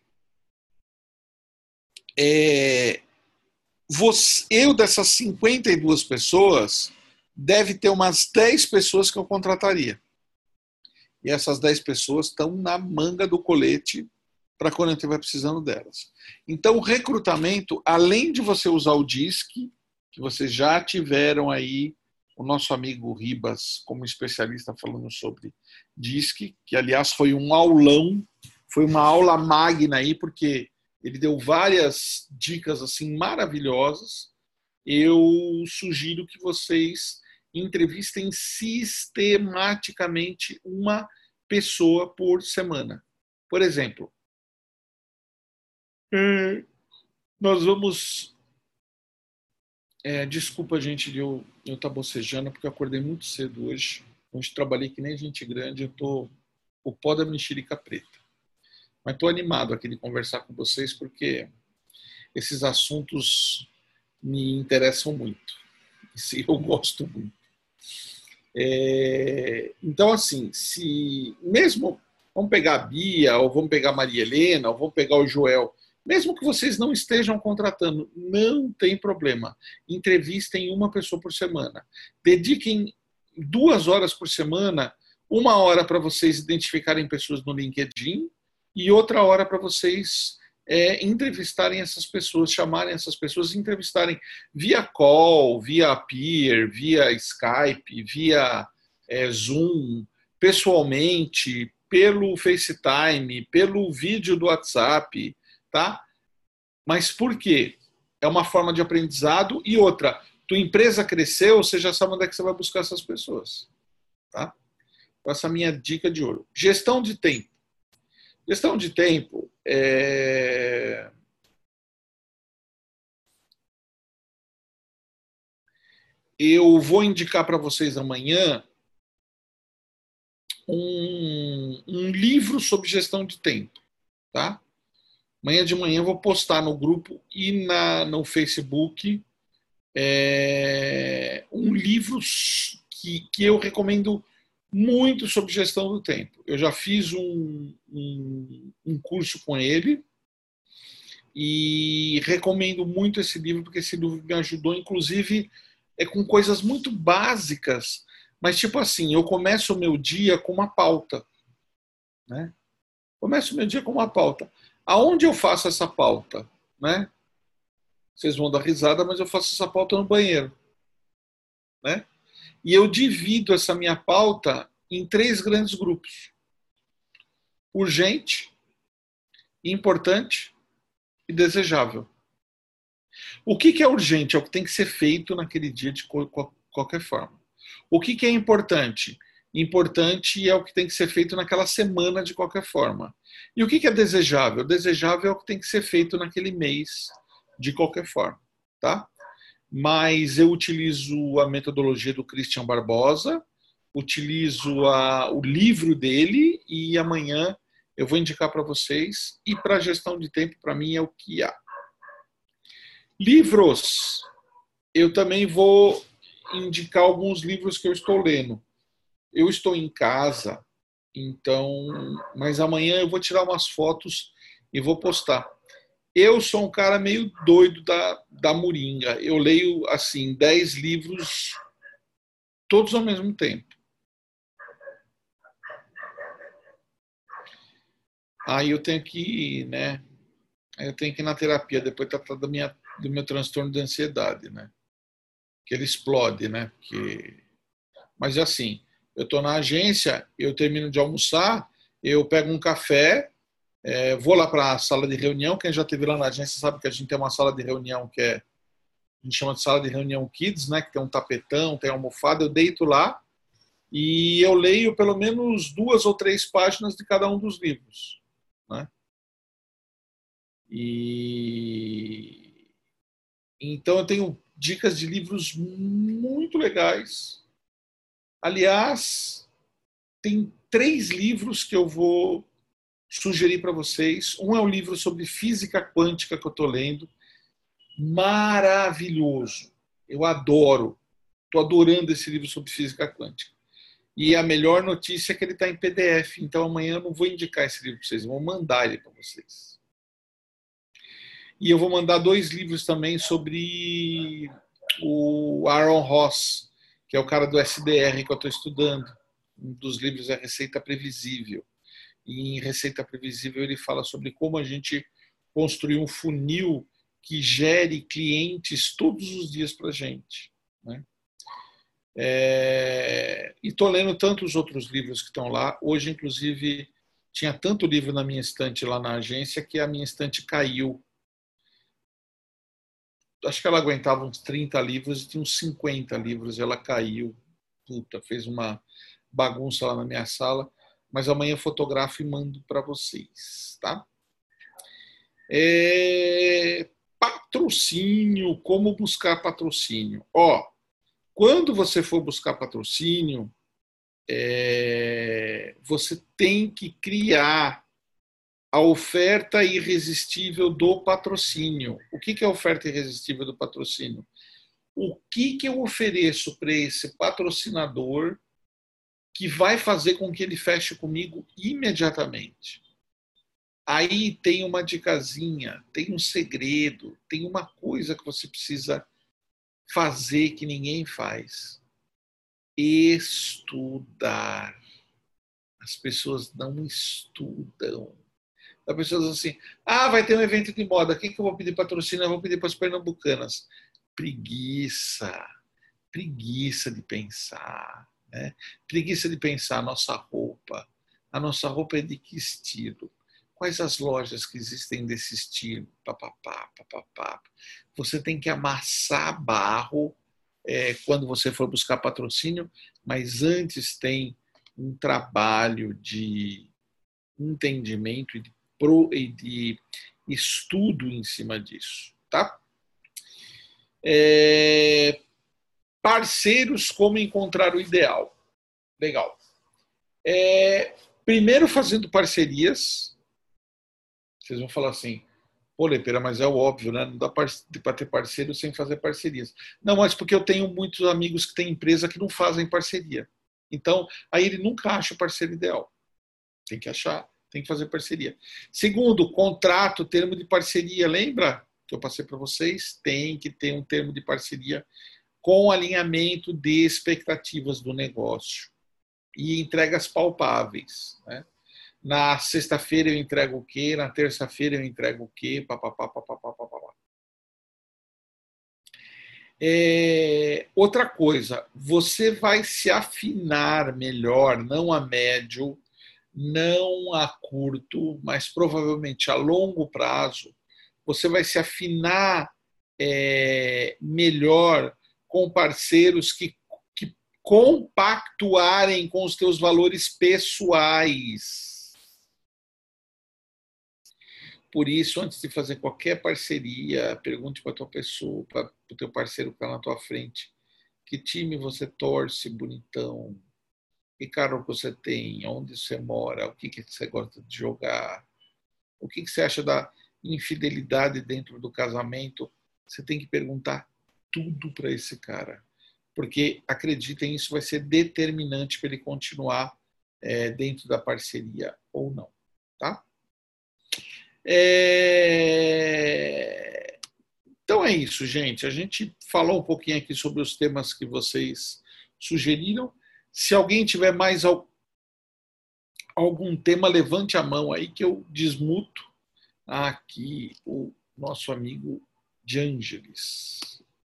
Eu, dessas 52 pessoas, deve ter umas 10 pessoas que eu contrataria. E essas 10 pessoas estão na manga do colete para quando a gente vai precisando delas. Então, o recrutamento, além de você usar o DISC, que vocês já tiveram aí o nosso amigo Ribas como especialista falando sobre DISC, que, aliás, foi um aulão, foi uma aula magna aí, porque ele deu várias dicas assim maravilhosas. Eu sugiro que vocês entrevistem sistematicamente uma pessoa por semana. Por exemplo, nós vamos... desculpa, gente, de eu estar bocejando, porque eu acordei muito cedo hoje. Hoje trabalhei que nem gente grande, eu tô o pó da mexerica preta. Mas estou animado aqui de conversar com vocês, porque esses assuntos me interessam muito. Eu gosto muito. Então, assim, se mesmo vamos pegar a Bia, ou vamos pegar a Maria Helena, ou vamos pegar o Joel, mesmo que vocês não estejam contratando, não tem problema. Entrevistem uma pessoa por semana. Dediquem 2 horas por semana, 1 hora para vocês identificarem pessoas no LinkedIn e outra hora para vocês entrevistarem essas pessoas, chamarem essas pessoas, entrevistarem via call, via peer, via Skype, via Zoom, pessoalmente, pelo FaceTime, pelo vídeo do WhatsApp, tá? Mas por quê? É uma forma de aprendizado. E outra, tua empresa cresceu, você já sabe onde é que você vai buscar essas pessoas, tá? Essa é a minha dica de ouro. Gestão de tempo. Gestão de tempo eu vou indicar para vocês amanhã um livro sobre gestão de tempo, tá? Amanhã de manhã eu vou postar no grupo e no Facebook um livro que eu recomendo muito sobre gestão do tempo. Eu já fiz um curso com ele e recomendo muito esse livro, porque esse livro me ajudou, inclusive, com coisas muito básicas, mas tipo assim, eu começo o meu dia com uma pauta, né? Começo o meu dia com uma pauta. Aonde eu faço essa pauta, né? Vocês vão dar risada, mas eu faço essa pauta no banheiro, né? E eu divido essa minha pauta em 3 grandes grupos: urgente, importante e desejável. O que é urgente? É o que tem que ser feito naquele dia de qualquer forma. O que é importante? Importante é o que tem que ser feito naquela semana de qualquer forma. E o que é desejável? Desejável é o que tem que ser feito naquele mês de qualquer forma, tá? Mas eu utilizo a metodologia do Christian Barbosa, utilizo o livro dele e amanhã eu vou indicar para vocês. E para a gestão de tempo, para mim, é o que há. Livros. Eu também vou indicar alguns livros que eu estou lendo. Eu estou em casa, então, mas amanhã eu vou tirar umas fotos e vou postar. Eu sou um cara meio doido da moringa. Eu leio, assim, 10 livros todos ao mesmo tempo. Aí eu tenho que, né? Eu tenho que ir na terapia depois tratar do meu transtorno de ansiedade, né? Que ele explode, né? Mas assim, eu estou na agência, eu termino de almoçar, eu pego um café, vou lá para a sala de reunião. Quem já esteve lá na agência sabe que a gente tem uma sala de reunião que a gente chama de sala de reunião Kids, né? Que tem um tapetão, tem almofada. Eu deito lá e eu leio pelo menos 2 ou 3 páginas de cada um dos livros, né? E então eu tenho dicas de livros muito legais. Aliás, tem 3 livros que eu vou sugerir para vocês. Um é um livro sobre física quântica que eu estou lendo. Maravilhoso. Eu adoro. Estou adorando esse livro sobre física quântica. E a melhor notícia é que ele está em PDF. Então amanhã eu não vou indicar esse livro para vocês, eu vou mandar ele para vocês. E eu vou mandar 2 livros também sobre o Aaron Ross, que é o cara do SDR que eu estou estudando. Um dos livros é Receita Previsível. E em Receita Previsível ele fala sobre como a gente construir um funil que gere clientes todos os dias para a gente, né? E estou lendo tantos outros livros que estão lá. Hoje, inclusive, tinha tanto livro na minha estante lá na agência que a minha estante caiu. Acho que ela aguentava uns 30 livros e tinha uns 50 livros. Ela caiu. Puta, fez uma bagunça lá na minha sala. Mas amanhã eu fotografo e mando para vocês, tá? Patrocínio, como buscar patrocínio? Quando você for buscar patrocínio, você tem que criar a oferta irresistível do patrocínio. O que é a oferta irresistível do patrocínio? O que eu ofereço para esse patrocinador que vai fazer com que ele feche comigo imediatamente? Aí tem uma dicasinha, tem um segredo, tem uma coisa que você precisa fazer que ninguém faz. Estudar. As pessoas não estudam. A pessoa diz assim, vai ter um evento de moda, quem que eu vou pedir patrocínio? Eu vou pedir para as pernambucanas. Preguiça. Preguiça de pensar. Né? Preguiça de pensar a nossa roupa. A nossa roupa é de que estilo? Quais as lojas que existem desse estilo? Papapá, papapá. Você tem que amassar barro quando você for buscar patrocínio, mas antes tem um trabalho de entendimento e de estudo em cima disso. Tá? Parceiros, como encontrar o ideal. Legal. Primeiro fazendo parcerias. Vocês vão falar assim, pô, Lepera, mas é o óbvio, né? Não dá para ter parceiro sem fazer parcerias. Não, mas porque eu tenho muitos amigos que têm empresa que não fazem parceria. Então, aí ele nunca acha o parceiro ideal. Tem que achar, tem que fazer parceria. Segundo, contrato, termo de parceria. Lembra que eu passei para vocês? Tem que ter um termo de parceria com alinhamento de expectativas do negócio e entregas palpáveis, né? Na sexta-feira eu entrego o quê? Na terça-feira eu entrego o quê? Papapá, papapá, papapá. Outra coisa, você vai se afinar melhor, não a médio, não a curto, mas provavelmente a longo prazo, você vai se afinar melhor com parceiros que compactuarem com os teus valores pessoais. Por isso, antes de fazer qualquer parceria, pergunte para a tua pessoa, para o teu parceiro que está na tua frente, que time você torce, bonitão, que carro você tem, onde você mora, o que você gosta de jogar, o que você acha da infidelidade dentro do casamento. Você tem que perguntar tudo para esse cara, porque, acreditem, isso vai ser determinante para ele continuar dentro da parceria ou não. Tá? Então é isso, gente. A gente falou um pouquinho aqui sobre os temas que vocês sugeriram. Se alguém tiver mais algum tema, levante a mão aí que eu desmuto aqui o nosso amigo De Angelis.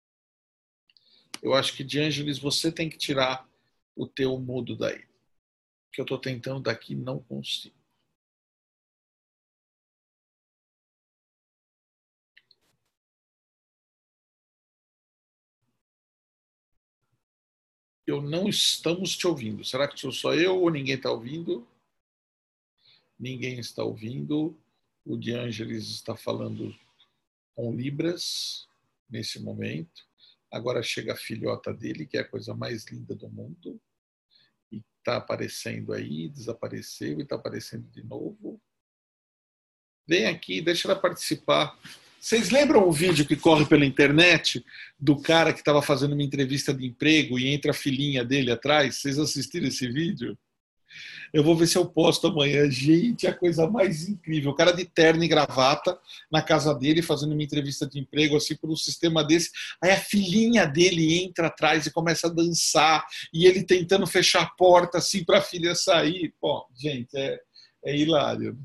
Eu acho que, De Angelis, você tem que tirar o teu mudo daí. Que eu estou tentando daqui, não consigo. Não estamos te ouvindo. Será que sou só eu ou ninguém está ouvindo? Ninguém está ouvindo. O De Angelis está falando com Libras nesse momento. Agora chega a filhota dele, que é a coisa mais linda do mundo. E está aparecendo aí, desapareceu e está aparecendo de novo. Vem aqui, deixa ela participar. Vocês lembram o vídeo que corre pela internet do cara que estava fazendo uma entrevista de emprego e entra a filhinha dele atrás? Vocês assistiram esse vídeo? Eu vou ver se eu posto amanhã. Gente, a coisa mais incrível. O cara de terno e gravata na casa dele fazendo uma entrevista de emprego assim por um sistema desse. Aí a filhinha dele entra atrás e começa a dançar e ele tentando fechar a porta assim para a filha sair. Bom, gente, é hilário.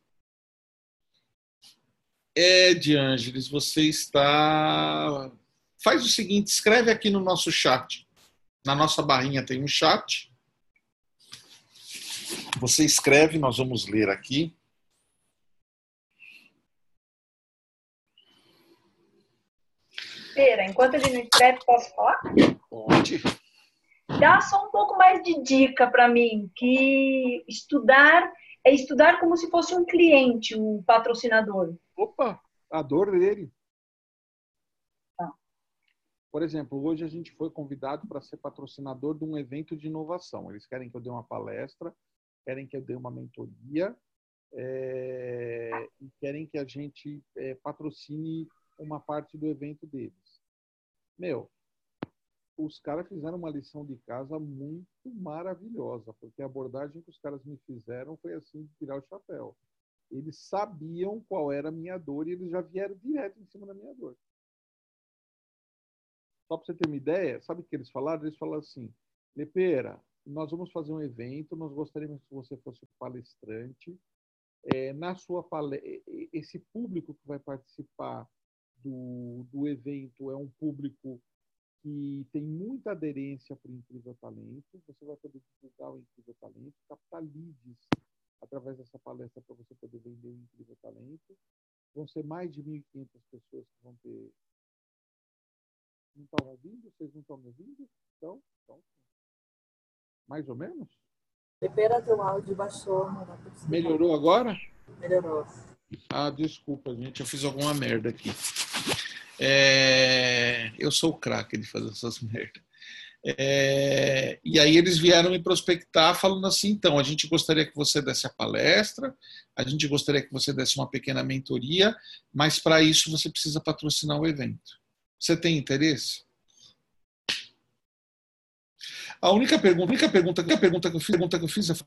De Angelis, você está... Faz o seguinte, escreve aqui no nosso chat. Na nossa barrinha tem um chat. Você escreve, nós vamos ler aqui. Pera, enquanto ele não escreve, posso falar? Pode. Dá só um pouco mais de dica para mim, que estudar é estudar como se fosse um cliente, o patrocinador. Opa, a dor dele. Tá. Por exemplo, hoje a gente foi convidado para ser patrocinador de um evento de inovação. Eles querem que eu dê uma palestra, querem que eu dê uma mentoria e querem que a gente patrocine uma parte do evento deles. Os caras fizeram uma lição de casa muito maravilhosa, porque a abordagem que os caras me fizeram foi assim, de tirar o chapéu. Eles sabiam qual era a minha dor e eles já vieram direto em cima da minha dor. Só para você ter uma ideia, sabe o que eles falaram? Eles falaram assim, Lepera, nós vamos fazer um evento, nós gostaríamos que você fosse palestrante, na sua palestra, esse público que vai participar do evento é um público que tem muita aderência para o Incrível Talento. Você vai poder divulgar o Incrível Talento, captar leads através dessa palestra para você poder vender o Incrível Talento. Vão ser mais de 1.500 pessoas que vão ter... Não estão ouvindo? Vocês não estão me ouvindo? Então, mais ou menos? Libera teu áudio, baixou. Melhorou agora? Melhorou. Ah, desculpa, gente, eu fiz alguma merda aqui. Eu sou o craque de fazer essas merdas. E aí eles vieram me prospectar falando assim, então, a gente gostaria que você desse a palestra, a gente gostaria que você desse uma pequena mentoria, mas para isso você precisa patrocinar o evento. Você tem interesse? A única pergunta que eu fiz,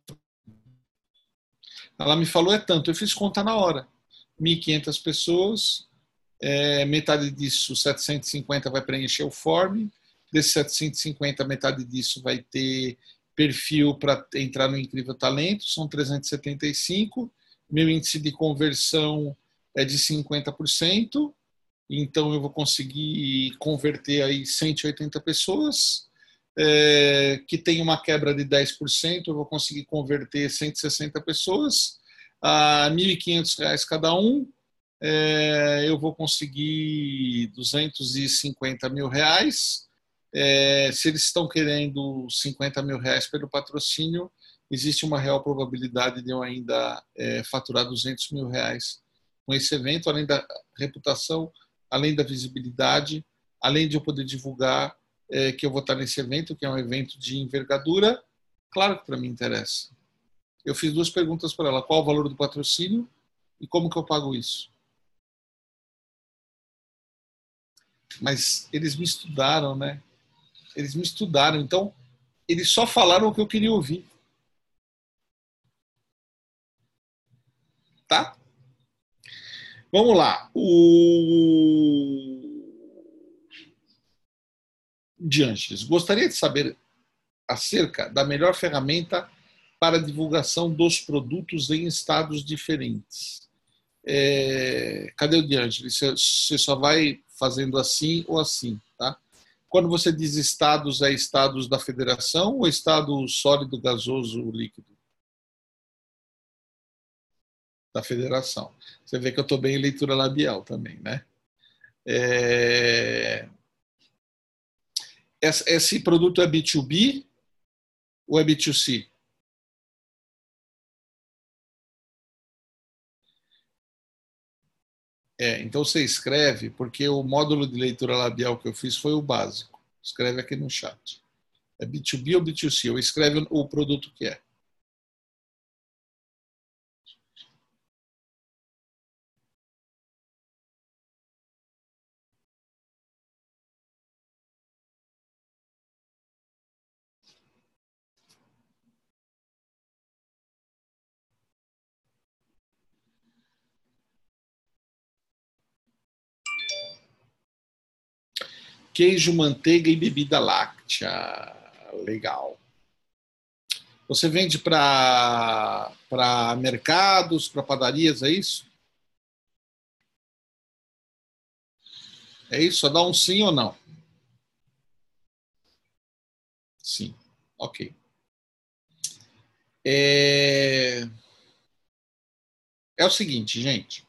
ela me falou é tanto, eu fiz conta na hora. 1.500 pessoas, metade disso, 750 vai preencher o form, desses 750, metade disso vai ter perfil para entrar no Incrível Talento, são 375, meu índice de conversão é de 50%, então eu vou conseguir converter aí 180 pessoas, que tem uma quebra de 10%, eu vou conseguir converter 160 pessoas, a R$ 1.500 cada um, eu vou conseguir R$250 mil. Se eles estão querendo R$50 mil pelo patrocínio, existe uma real probabilidade de eu ainda faturar R$200 mil com esse evento, além da reputação, além da visibilidade, além de eu poder divulgar que eu vou estar nesse evento, que é um evento de envergadura. Claro que para mim interessa. Eu fiz 2 perguntas para ela. Qual o valor do patrocínio e como que eu pago isso? Mas eles me estudaram, né? Eles me estudaram. Então, eles só falaram o que eu queria ouvir. Tá? Vamos lá. Dianches, gostaria de saber acerca da melhor ferramenta para a divulgação dos produtos em estados diferentes. Cadê o Dianches? Você só vai fazendo assim ou assim, tá? Quando você diz estados, é estados da federação ou estado sólido, gasoso, líquido? Da federação. Você vê que eu estou bem em leitura labial também, né? Esse produto é B2B ou é B2C? Então você escreve, porque o módulo de leitura labial que eu fiz foi o básico. Escreve aqui no chat. É B2B ou B2C? Eu escrevo o produto que é. Queijo, manteiga e bebida láctea. Legal. Você vende para mercados, para padarias, é isso? É isso? Só dá um sim ou não? Sim. Ok. É o seguinte, gente.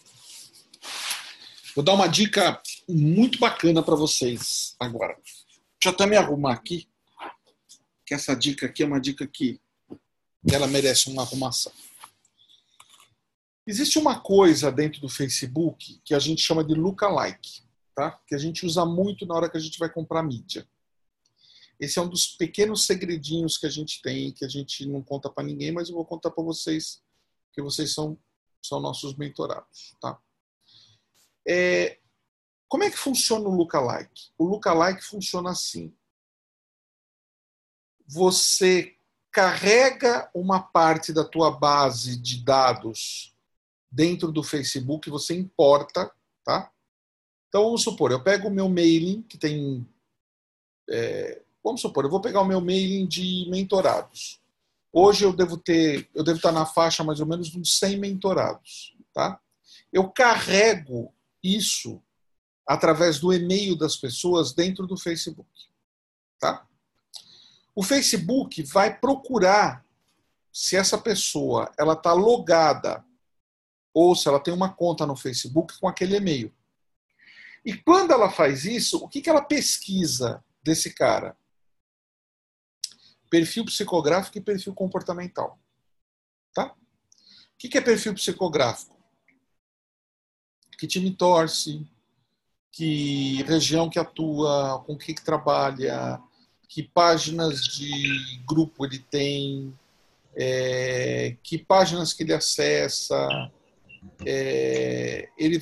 Vou dar uma dica muito bacana para vocês agora. Deixa eu até me arrumar aqui, que essa dica aqui é uma dica que ela merece uma arrumação. Existe uma coisa dentro do Facebook que a gente chama de lookalike, tá? Que a gente usa muito na hora que a gente vai comprar mídia. Esse é um dos pequenos segredinhos que a gente tem, que a gente não conta para ninguém, mas eu vou contar para vocês, porque vocês são nossos mentorados, tá? Como é que funciona o lookalike? O lookalike funciona assim. Você carrega uma parte da tua base de dados dentro do Facebook, você importa, tá? Então, vamos supor, eu pego o meu mailing, que tem... vamos supor, eu vou pegar o meu mailing de mentorados. Hoje eu devo estar na faixa mais ou menos de uns 100 mentorados. Tá? Eu carrego isso através do e-mail das pessoas dentro do Facebook. Tá? O Facebook vai procurar se essa pessoa ela está logada ou se ela tem uma conta no Facebook com aquele e-mail. E quando ela faz isso, o que ela pesquisa desse cara? Perfil psicográfico e perfil comportamental. Tá? O que é perfil psicográfico? Que time torce, que região que atua, com que trabalha, que páginas de grupo ele tem, que páginas que ele acessa. Ele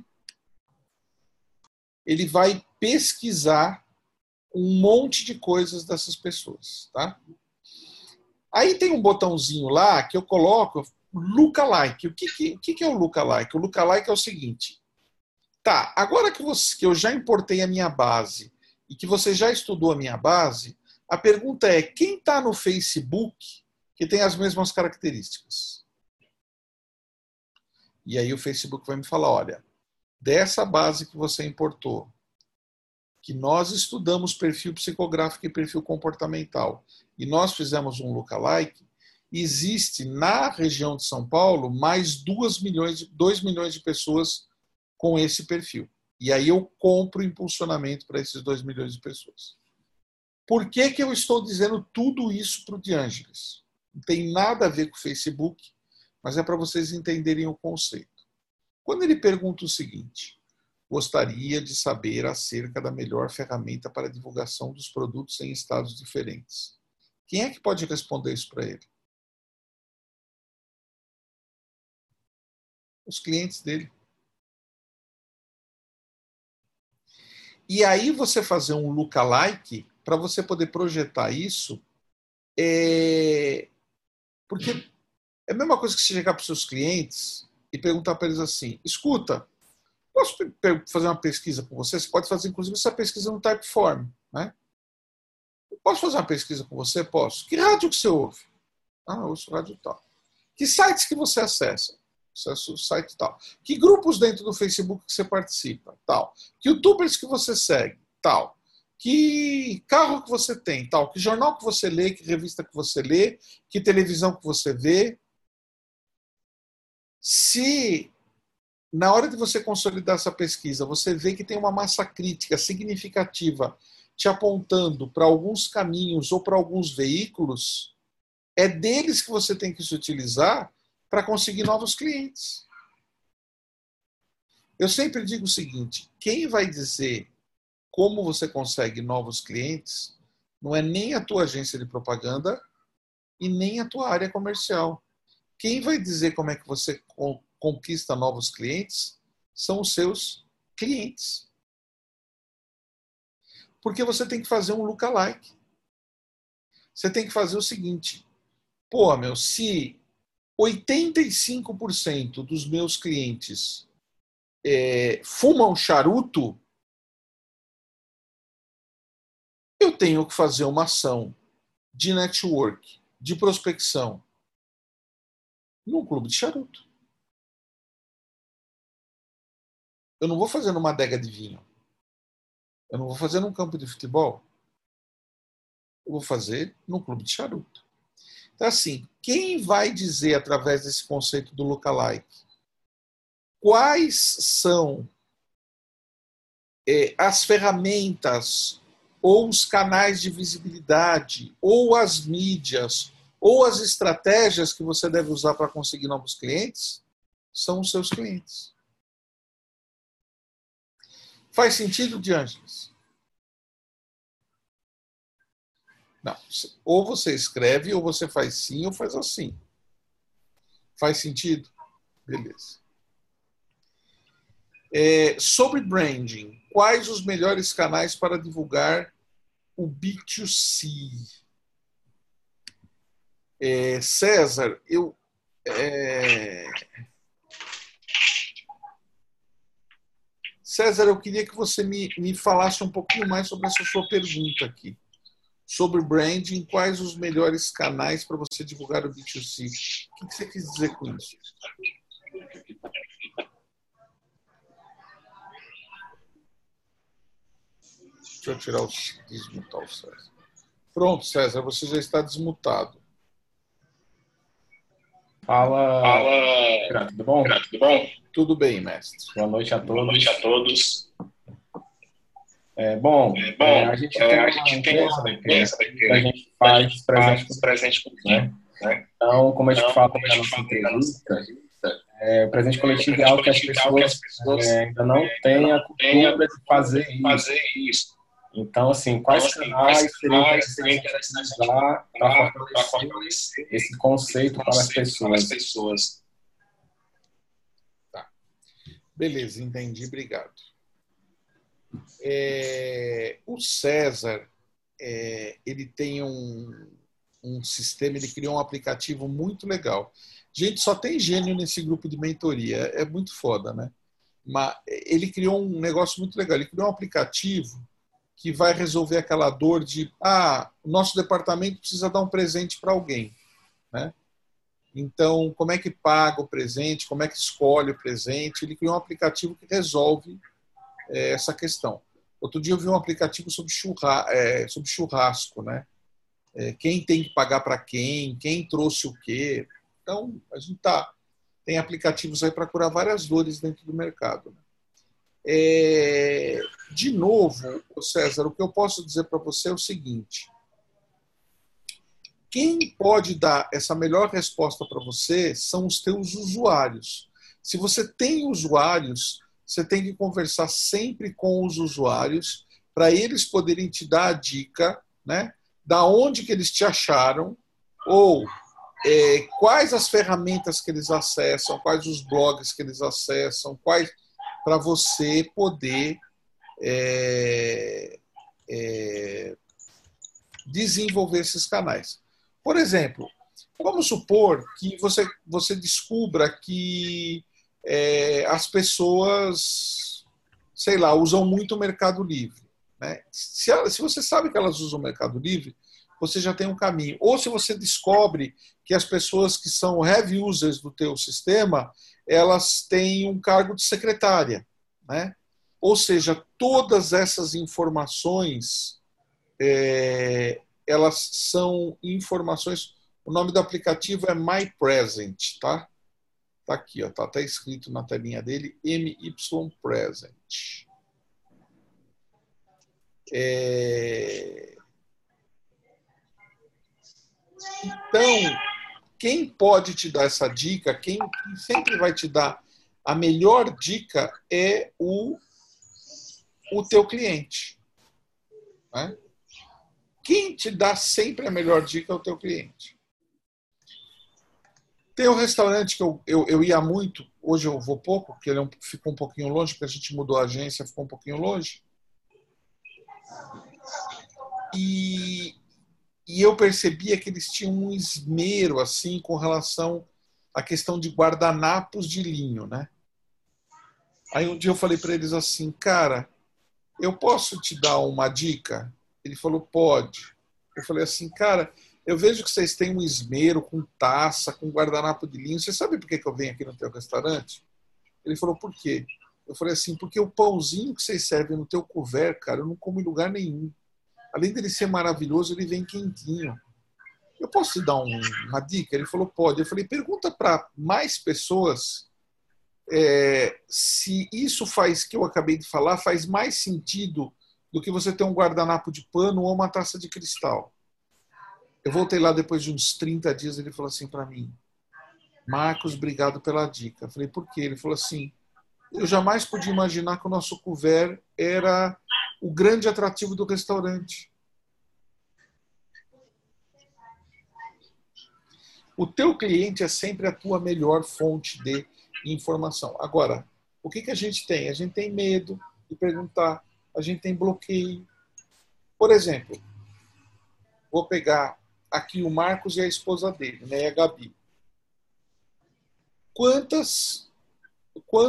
vai pesquisar um monte de coisas dessas pessoas. Tá? Aí tem um botãozinho lá que eu coloco lookalike. O que é o lookalike? O lookalike é o seguinte. Tá, agora que eu já importei a minha base e que você já estudou a minha base, a pergunta é, quem está no Facebook que tem as mesmas características? E aí o Facebook vai me falar, olha, dessa base que você importou, que nós estudamos perfil psicográfico e perfil comportamental, e nós fizemos um lookalike, existe na região de São Paulo mais 2 milhões de pessoas com esse perfil. E aí eu compro impulsionamento para esses 2 milhões de pessoas. Por que eu estou dizendo tudo isso para o De Angelis? Não tem nada a ver com o Facebook, mas é para vocês entenderem o conceito. Quando ele pergunta o seguinte, gostaria de saber acerca da melhor ferramenta para divulgação dos produtos em estados diferentes. Quem é que pode responder isso para ele? Os clientes dele. E aí você fazer um lookalike, para você poder projetar isso, porque é a mesma coisa que você chegar para os seus clientes e perguntar para eles assim, escuta, posso fazer uma pesquisa com você? Você pode fazer, inclusive, essa pesquisa no Typeform, né? Posso fazer uma pesquisa com você? Posso. Que rádio que você ouve? Ah, eu ouço rádio tal. Que sites que você acessa? Acesso o site tal. Que grupos dentro do Facebook que você participa? Tal. Que youtubers que você segue? Tal. Que carro que você tem? Tal. Que jornal que você lê? Que revista que você lê? Que televisão que você vê? Se na hora de você consolidar essa pesquisa, você vê que tem uma massa crítica significativa te apontando para alguns caminhos ou para alguns veículos, é deles que você tem que se utilizar para conseguir novos clientes. Eu sempre digo o seguinte, quem vai dizer como você consegue novos clientes não é nem a tua agência de propaganda e nem a tua área comercial. Quem vai dizer como é que você conquista novos clientes são os seus clientes. Porque você tem que fazer um lookalike. Você tem que fazer o seguinte, pô, se 85% dos meus clientes fumam charuto, eu tenho que fazer uma ação de network, de prospecção, num clube de charuto. Eu não vou fazer numa adega de vinho. Eu não vou fazer num campo de futebol. Eu vou fazer num clube de charuto. Então, assim, quem vai dizer, através desse conceito do lookalike, quais são as ferramentas ou os canais de visibilidade, ou as mídias, ou as estratégias que você deve usar para conseguir novos clientes, são os seus clientes. Faz sentido, De Angelis? Não. Ou você escreve, ou você faz sim, ou faz assim. Faz sentido? Beleza. Sobre branding, quais os melhores canais para divulgar o B2C? César, César, eu queria que você me falasse um pouquinho mais sobre essa sua pergunta aqui. sobre branding, quais os melhores canais para você divulgar o B2C. O que você quis dizer com isso? Deixa eu tirar desmutar o César. Pronto, César, você já está desmutado. Fala, tudo bom? Tudo bom? Tudo bem, mestre. Boa noite a todos. Boa noite a todos. A gente tem uma empresa que a gente faz presente coletivo, né? Então, como a gente fala na nossa entrevista, o presente coletivo é algo que as pessoas ainda não têm a cultura de fazer isso. Então, assim, quais canais seriam interessantes usar para fortalecer esse conceito para as pessoas? Tá. Beleza, entendi, obrigado. O César, ele tem um sistema, ele criou um aplicativo muito legal. Gente, só tem gênio nesse grupo de mentoria, é muito foda, né? Mas ele criou um negócio muito legal, ele criou um aplicativo que vai resolver aquela dor de o nosso departamento precisa dar um presente para alguém, né? Então, como é que paga o presente, como é que escolhe o presente? Ele criou um aplicativo que resolve essa questão. Outro dia eu vi um aplicativo sobre churrasco, né? Quem tem que pagar para quem trouxe o quê. Então, a gente tem aplicativos aí para curar várias dores dentro do mercado, né? De novo, César, o que eu posso dizer para você é o seguinte: quem pode dar essa melhor resposta para você são os teus usuários. Se você tem usuários, você tem que conversar sempre com os usuários para eles poderem te dar a dica, né, da onde que eles te acharam ou quais as ferramentas que eles acessam, quais os blogs que eles acessam, para você poder desenvolver esses canais. Por exemplo, vamos supor que você descubra que as pessoas, sei lá, usam muito o Mercado Livre, né? Se você sabe que elas usam o Mercado Livre, você já tem um caminho. Ou se você descobre que as pessoas que são heavy users do teu sistema, elas têm um cargo de secretária, né? Ou seja, todas essas informações, elas são informações. O nome do aplicativo é My Present, tá? Tá aqui, ó, tá escrito na telinha dele, MY Present. Então, quem pode te dar essa dica, quem sempre vai te dar a melhor dica é o teu cliente, né? Quem te dá sempre a melhor dica é o teu cliente. Tem um restaurante que eu ia muito, hoje eu vou pouco, porque ele ficou um pouquinho longe, porque a gente mudou a agência, ficou um pouquinho longe. E eu percebia que eles tinham um esmero assim com relação à questão de guardanapos de linho, né? Aí um dia eu falei para eles assim: cara, eu posso te dar uma dica? Ele falou: pode. Eu falei assim: cara, eu vejo que vocês têm um esmero com taça, com guardanapo de linho. Você sabe por que eu venho aqui no teu restaurante? Ele falou: por quê? Eu falei assim: porque o pãozinho que vocês servem no teu couvert, cara, eu não como em lugar nenhum. Além dele ser maravilhoso, ele vem quentinho. Eu posso te dar uma dica? Ele falou: pode. Eu falei: pergunta para mais pessoas se isso que eu acabei de falar faz mais sentido do que você ter um guardanapo de pano ou uma taça de cristal. Eu voltei lá depois de uns 30 dias, ele falou assim para mim: Marcos, obrigado pela dica. Eu falei: por quê? Ele falou assim: eu jamais podia imaginar que o nosso couvert era o grande atrativo do restaurante. O teu cliente é sempre a tua melhor fonte de informação. Agora, o que a gente tem? A gente tem medo de perguntar, a gente tem bloqueio. Por exemplo, vou pegar aqui o Marcos e a esposa dele, né, a Gabi. Quantos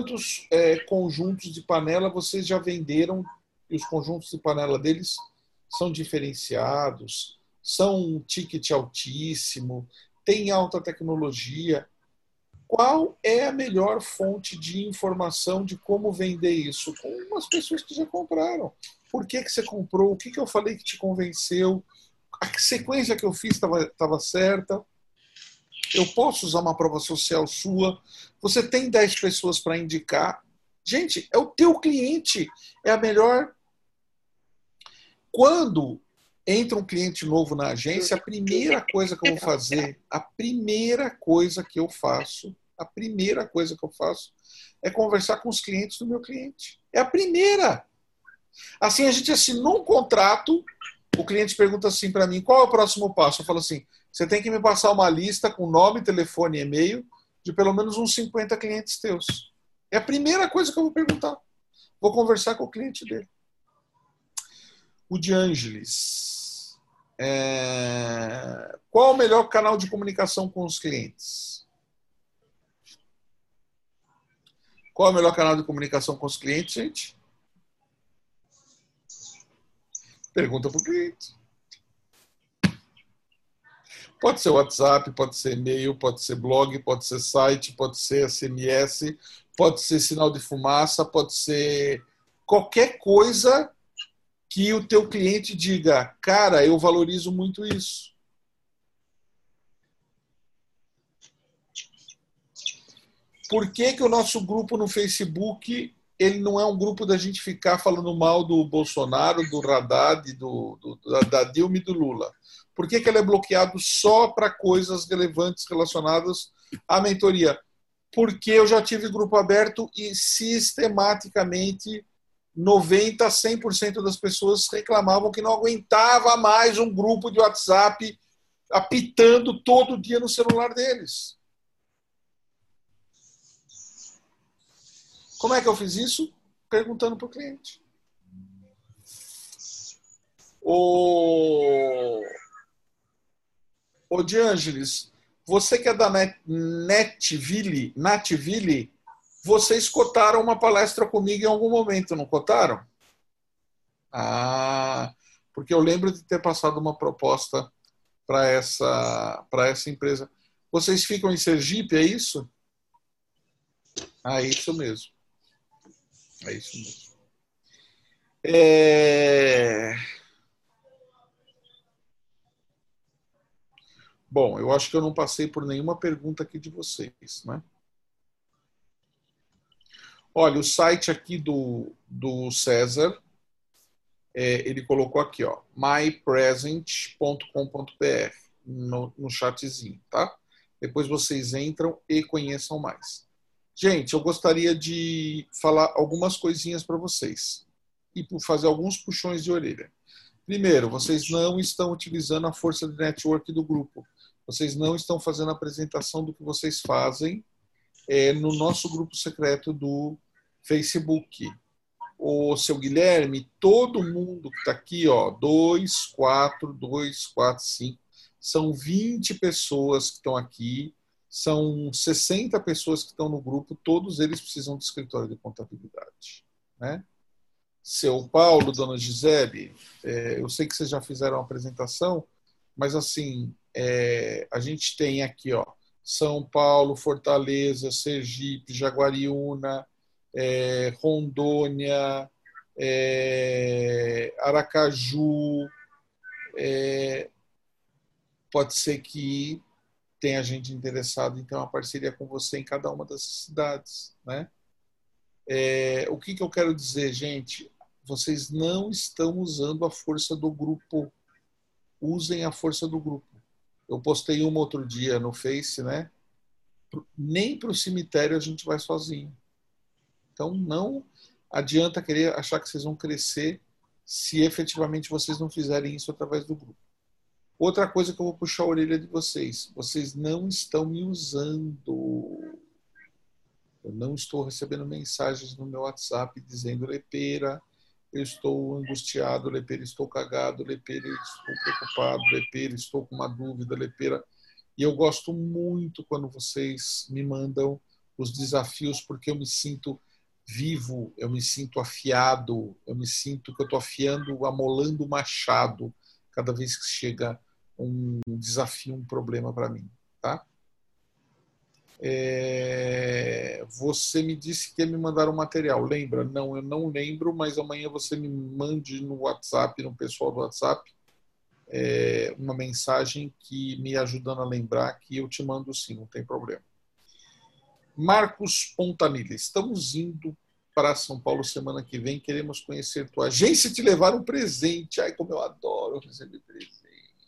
conjuntos de panela vocês já venderam e os conjuntos de panela deles são diferenciados, são um ticket altíssimo, tem alta tecnologia. Qual é a melhor fonte de informação de como vender isso? Com as pessoas que já compraram. Por que você comprou? O que eu falei que te convenceu? A sequência que eu fiz estava certa? Eu posso usar uma prova social sua? Você tem 10 pessoas para indicar? Gente, é o teu cliente. É a melhor... Quando entra um cliente novo na agência, a primeira coisa que eu vou fazer, a primeira coisa que eu faço é conversar com os clientes do meu cliente. É a primeira. Assim, a gente assinou um contrato, o cliente pergunta assim para mim, qual é o próximo passo? Eu falo assim, você tem que me passar uma lista com nome, telefone e e-mail de pelo menos uns 50 clientes teus. É a primeira coisa que eu vou perguntar. Vou conversar com o cliente dele. O de Ângeles. Qual o melhor canal de comunicação com os clientes? Qual é o melhor canal de comunicação com os clientes, gente? Pergunta para o cliente. Pode ser WhatsApp, pode ser e-mail, pode ser blog, pode ser site, pode ser SMS, pode ser sinal de fumaça, pode ser qualquer coisa que o teu cliente diga, cara, eu valorizo muito isso. Por que o nosso grupo no Facebook ele não é um grupo da gente ficar falando mal do Bolsonaro, do Haddad, da Dilma e do Lula? Por que ele é bloqueado só para coisas relevantes relacionadas à mentoria? Porque eu já tive grupo aberto e sistematicamente 90% a 100% das pessoas reclamavam que não aguentava mais um grupo de WhatsApp apitando todo dia no celular deles. Como é que eu fiz isso? Perguntando para o cliente. Ô De Ângeles, você que é da Natville, vocês cotaram uma palestra comigo em algum momento, não cotaram? Porque eu lembro de ter passado uma proposta para essa empresa. Vocês ficam em Sergipe, é isso? É isso mesmo. É isso mesmo. Bom, eu acho que eu não passei por nenhuma pergunta aqui de vocês, né? Olha, o site aqui do César, ele colocou aqui, ó, mypresent.com.br no chatzinho, tá? Depois vocês entram e conheçam mais. Gente, eu gostaria de falar algumas coisinhas para vocês e fazer alguns puxões de orelha. Primeiro, vocês não estão utilizando a força de network do grupo. Vocês não estão fazendo a apresentação do que vocês fazem no nosso grupo secreto do Facebook. O seu Guilherme, todo mundo que está aqui, ó, 2, 4, 2, 4, 5, são 20 pessoas que estão aqui, são 60 pessoas que estão no grupo, todos eles precisam de escritório de contabilidade, né? Seu Paulo, dona Gisele, eu sei que vocês já fizeram a apresentação, mas assim, a gente tem aqui, ó, São Paulo, Fortaleza, Sergipe, Jaguariúna, Rondônia, Aracaju, pode ser que tenha gente interessada em ter uma parceria com você em cada uma dessas cidades, né? O que eu quero dizer, gente? Vocês não estão usando a força do grupo. Usem a força do grupo. Eu postei uma outro dia no Face, né? Nem para o cemitério a gente vai sozinho. Então, não adianta querer achar que vocês vão crescer se efetivamente vocês não fizerem isso através do grupo. Outra coisa que eu vou puxar a orelha de vocês. Vocês não estão me usando. Eu não estou recebendo mensagens no meu WhatsApp dizendo Lepeira, eu estou angustiado, Lepeira, estou cagado, Lepeira, estou preocupado, Lepeira, estou com uma dúvida, Lepeira. E eu gosto muito quando vocês me mandam os desafios, porque eu me sinto vivo, eu me sinto afiado, eu me sinto que eu estou amolando o machado cada vez que chega um desafio, um problema para mim, tá? Você me disse que ia me mandar um material, lembra? Não, eu não lembro, mas amanhã você me mande no WhatsApp, no pessoal do WhatsApp, uma mensagem que me ajudando a lembrar que eu te mando sim, não tem problema. Marcos Pontanilha, estamos indo para São Paulo semana que vem, queremos conhecer tua agência e te levar um presente. Ai, como eu adoro receber presente.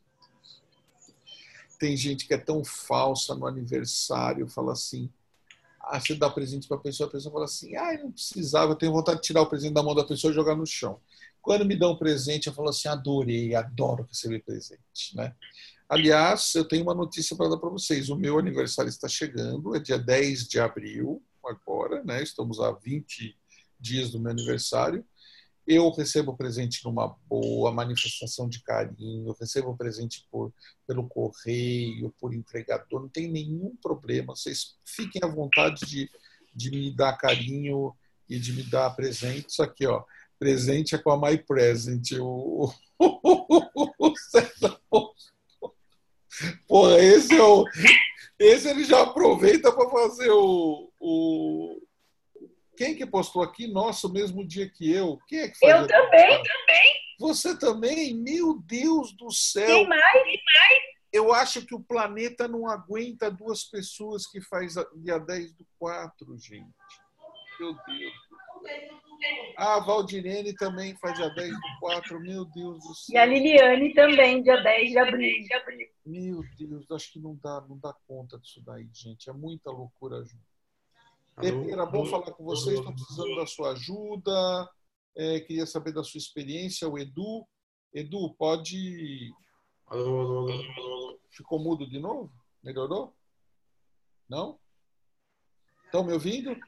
Tem gente que é tão falsa no aniversário, fala assim, você dá presente para a pessoa fala assim, não precisava, eu tenho vontade de tirar o presente da mão da pessoa e jogar no chão. Quando me dão um presente, eu falo assim, adorei, adoro receber presente, né? Aliás, eu tenho uma notícia para dar para vocês. O meu aniversário está chegando, é dia 10 de abril, agora, né? Estamos a 20 dias do meu aniversário. Eu recebo presente numa boa manifestação de carinho, eu recebo presente pelo correio, por entregador, não tem nenhum problema. Vocês fiquem à vontade de me dar carinho e de me dar presente. Isso aqui, ó, presente é com a My Present. Porra, esse ele já aproveita para fazer Quem que postou aqui? Nossa, o mesmo dia que eu. Quem é que faz? Eu também. Você também? Meu Deus do céu. Quem mais? Eu acho que o planeta não aguenta duas pessoas que faz dia 10/4, gente. Meu Deus. A Valdirene também faz dia 10/4. Meu Deus do céu. E a Liliane também, dia 10 de abril. Meu Deus, acho que não dá conta disso daí, gente. É muita loucura junto. Era bom falar com vocês, estou precisando da sua ajuda, queria saber da sua experiência, o Edu. Edu, pode... Alô. Ficou mudo de novo? Melhorou? Não? Estão me ouvindo?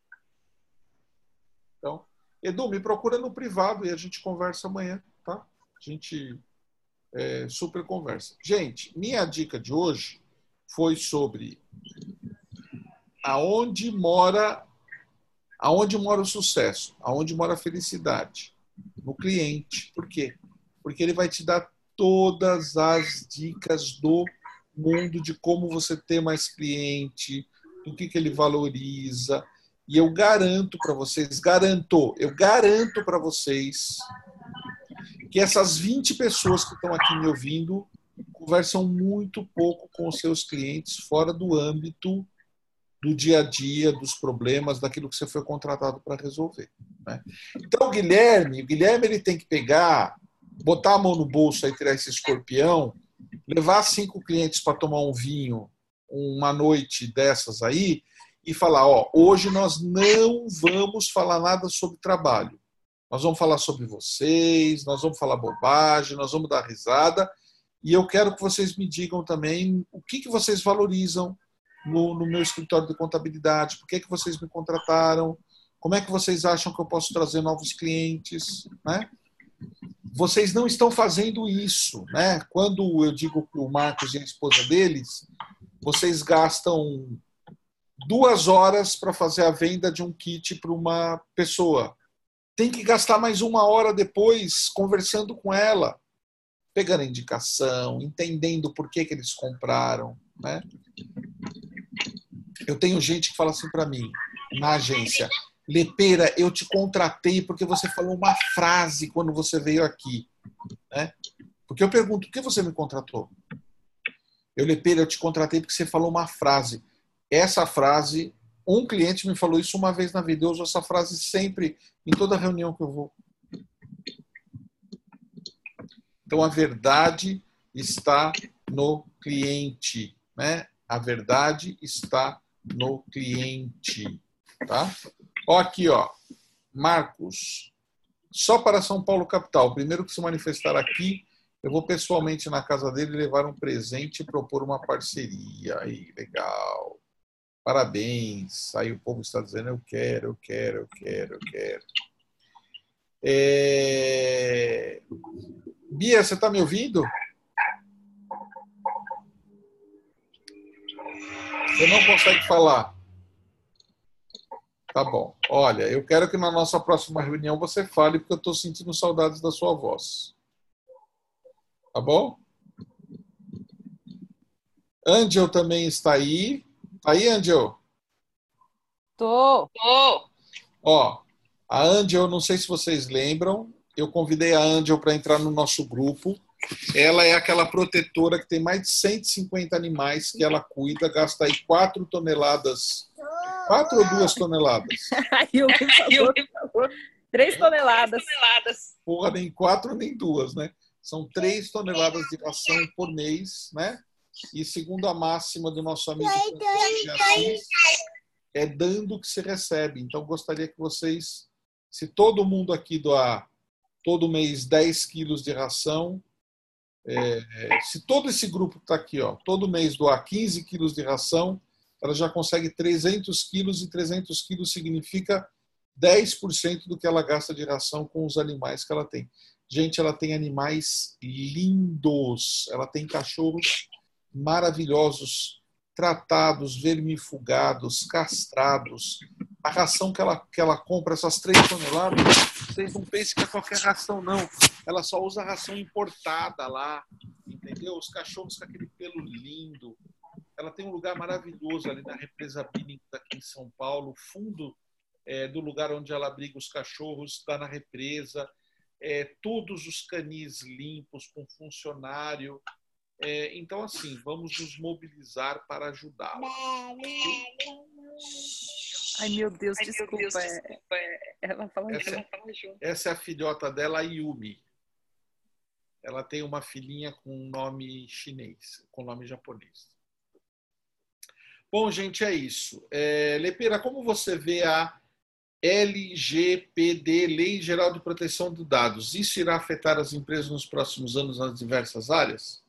Então, Edu, me procura no privado e a gente conversa amanhã, tá? A gente super conversa. Gente, minha dica de hoje foi sobre aonde mora o sucesso, aonde mora a felicidade? No cliente. Por quê? Porque ele vai te dar todas as dicas do mundo de como você ter mais cliente, do que ele valoriza. E eu garanto para vocês, eu garanto para vocês que essas 20 pessoas que estão aqui me ouvindo conversam muito pouco com os seus clientes fora do âmbito do dia a dia, dos problemas, daquilo que você foi contratado para resolver, né? Então, o Guilherme ele tem que botar a mão no bolso e tirar esse escorpião, levar 5 clientes para tomar um vinho, uma noite dessas aí, e falar, hoje nós não vamos falar nada sobre trabalho. Nós vamos falar sobre vocês, nós vamos falar bobagem, nós vamos dar risada, e eu quero que vocês me digam também o que vocês valorizam no meu escritório de contabilidade, por que vocês me contrataram, como é que vocês acham que eu posso trazer novos clientes, né? Vocês não estão fazendo isso, né? Quando eu digo que o Marcos e a esposa deles, vocês gastam 2 horas para fazer a venda de um kit para uma pessoa. Tem que gastar mais 1 hora depois conversando com ela, pegando indicação, entendendo por que eles compraram, né? Eu tenho gente que fala assim para mim, na agência, Lepera, eu te contratei porque você falou uma frase quando você veio aqui, né? Porque eu pergunto, por que você me contratou? Lepera, eu te contratei porque você falou uma frase. Essa frase, um cliente me falou isso uma vez na vida, eu uso essa frase sempre, em toda reunião que eu vou. Então, a verdade está no cliente, né? A verdade está no cliente, tá? Aqui, Marcos, só para São Paulo capital. Primeiro que se manifestar aqui, eu vou pessoalmente na casa dele levar um presente e propor uma parceria. Aí, legal. Parabéns. Aí o povo está dizendo, eu quero. Bia, você está me ouvindo? Você não consegue falar. Tá bom. Olha, eu quero que na nossa próxima reunião você fale, porque eu estou sentindo saudades da sua voz. Tá bom? Angel também está aí. Tá aí, Angel? Tô. Ó, a Angel, não sei se vocês lembram, eu convidei a Angel para entrar no nosso grupo. Ela é aquela protetora que tem mais de 150 animais que ela cuida, gasta aí 4 toneladas. 4 ou 2 toneladas? Aí o que falou? 3 toneladas. Porra, nem 4 nem 2, né? São 3 toneladas de ração por mês, né? E segundo a máxima do nosso amigo Francisco de Assis, é dando o que se recebe. Então, gostaria que vocês, se todo mundo aqui doar todo mês 10 quilos de ração, se todo esse grupo que está aqui, ó, todo mês doar 15 quilos de ração, ela já consegue 300 quilos, e 300 quilos significa 10% do que ela gasta de ração com os animais que ela tem. Gente, ela tem animais lindos, ela tem cachorros maravilhosos, tratados, vermifugados, castrados. A ração que ela compra, essas 3 toneladas, vocês não pensem que é qualquer ração, não. Ela só usa ração importada lá, entendeu? Os cachorros com aquele pelo lindo. Ela tem um lugar maravilhoso ali na represa Billings, aqui em São Paulo, fundo do lugar onde ela abriga os cachorros, está na represa. Todos os canis limpos, com funcionário. Então, assim, vamos nos mobilizar para ajudá-la. Ai, meu Deus, desculpa. Ela fala junto. Essa é a filhota dela, a Yumi. Ela tem uma filhinha com nome chinês, com nome japonês. Bom, gente, é isso. Lepera, como você vê a LGPD, Lei Geral de Proteção de Dados, isso irá afetar as empresas nos próximos anos nas diversas áreas?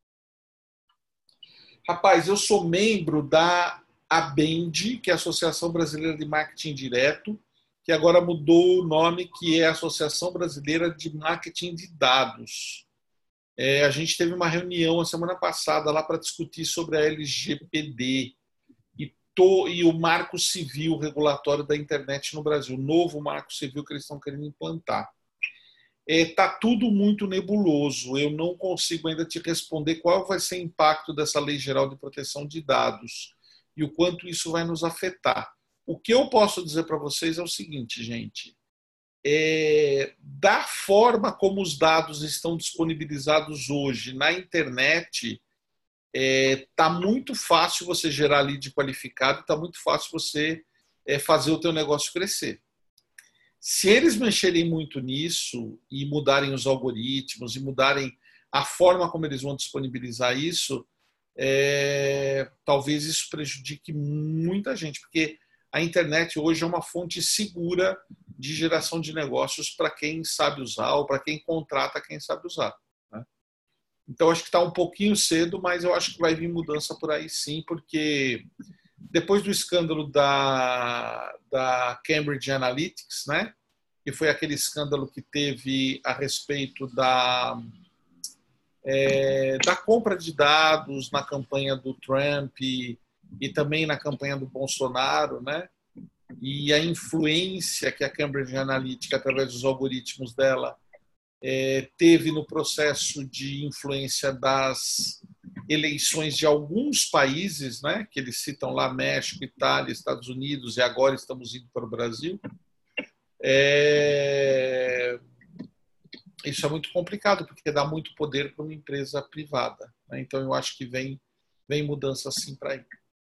Rapaz, eu sou membro da ABEND, que é a Associação Brasileira de Marketing Direto, que agora mudou o nome, que é a Associação Brasileira de Marketing de Dados. A gente teve uma reunião a semana passada lá para discutir sobre a LGPD e o Marco Civil Regulatório da Internet no Brasil, o novo Marco Civil que eles estão querendo implantar. Está tudo muito nebuloso. Eu não consigo ainda te responder qual vai ser o impacto dessa Lei Geral de Proteção de Dados e o quanto isso vai nos afetar. O que eu posso dizer para vocês é o seguinte, gente. Da forma como os dados estão disponibilizados hoje na internet, tá muito fácil você gerar lead qualificado, tá muito fácil você fazer o teu negócio crescer. Se eles mexerem muito nisso e mudarem os algoritmos e mudarem a forma como eles vão disponibilizar isso, talvez isso prejudique muita gente, porque a internet hoje é uma fonte segura de geração de negócios para quem sabe usar ou para quem contrata quem sabe usar. Né? Então, acho que está um pouquinho cedo, mas eu acho que vai vir mudança por aí sim, porque depois do escândalo da Cambridge Analytics, né, que foi aquele escândalo que teve a respeito da compra de dados na campanha do Trump e também na campanha do Bolsonaro, né, e a influência que a Cambridge Analytica, através dos algoritmos dela, teve no processo de influência das eleições de alguns países, né, que eles citam lá, México, Itália, Estados Unidos, e agora estamos indo para o Brasil. Isso é muito complicado, porque dá muito poder para uma empresa privada. Né? Então, eu acho que vem mudança sim para aí.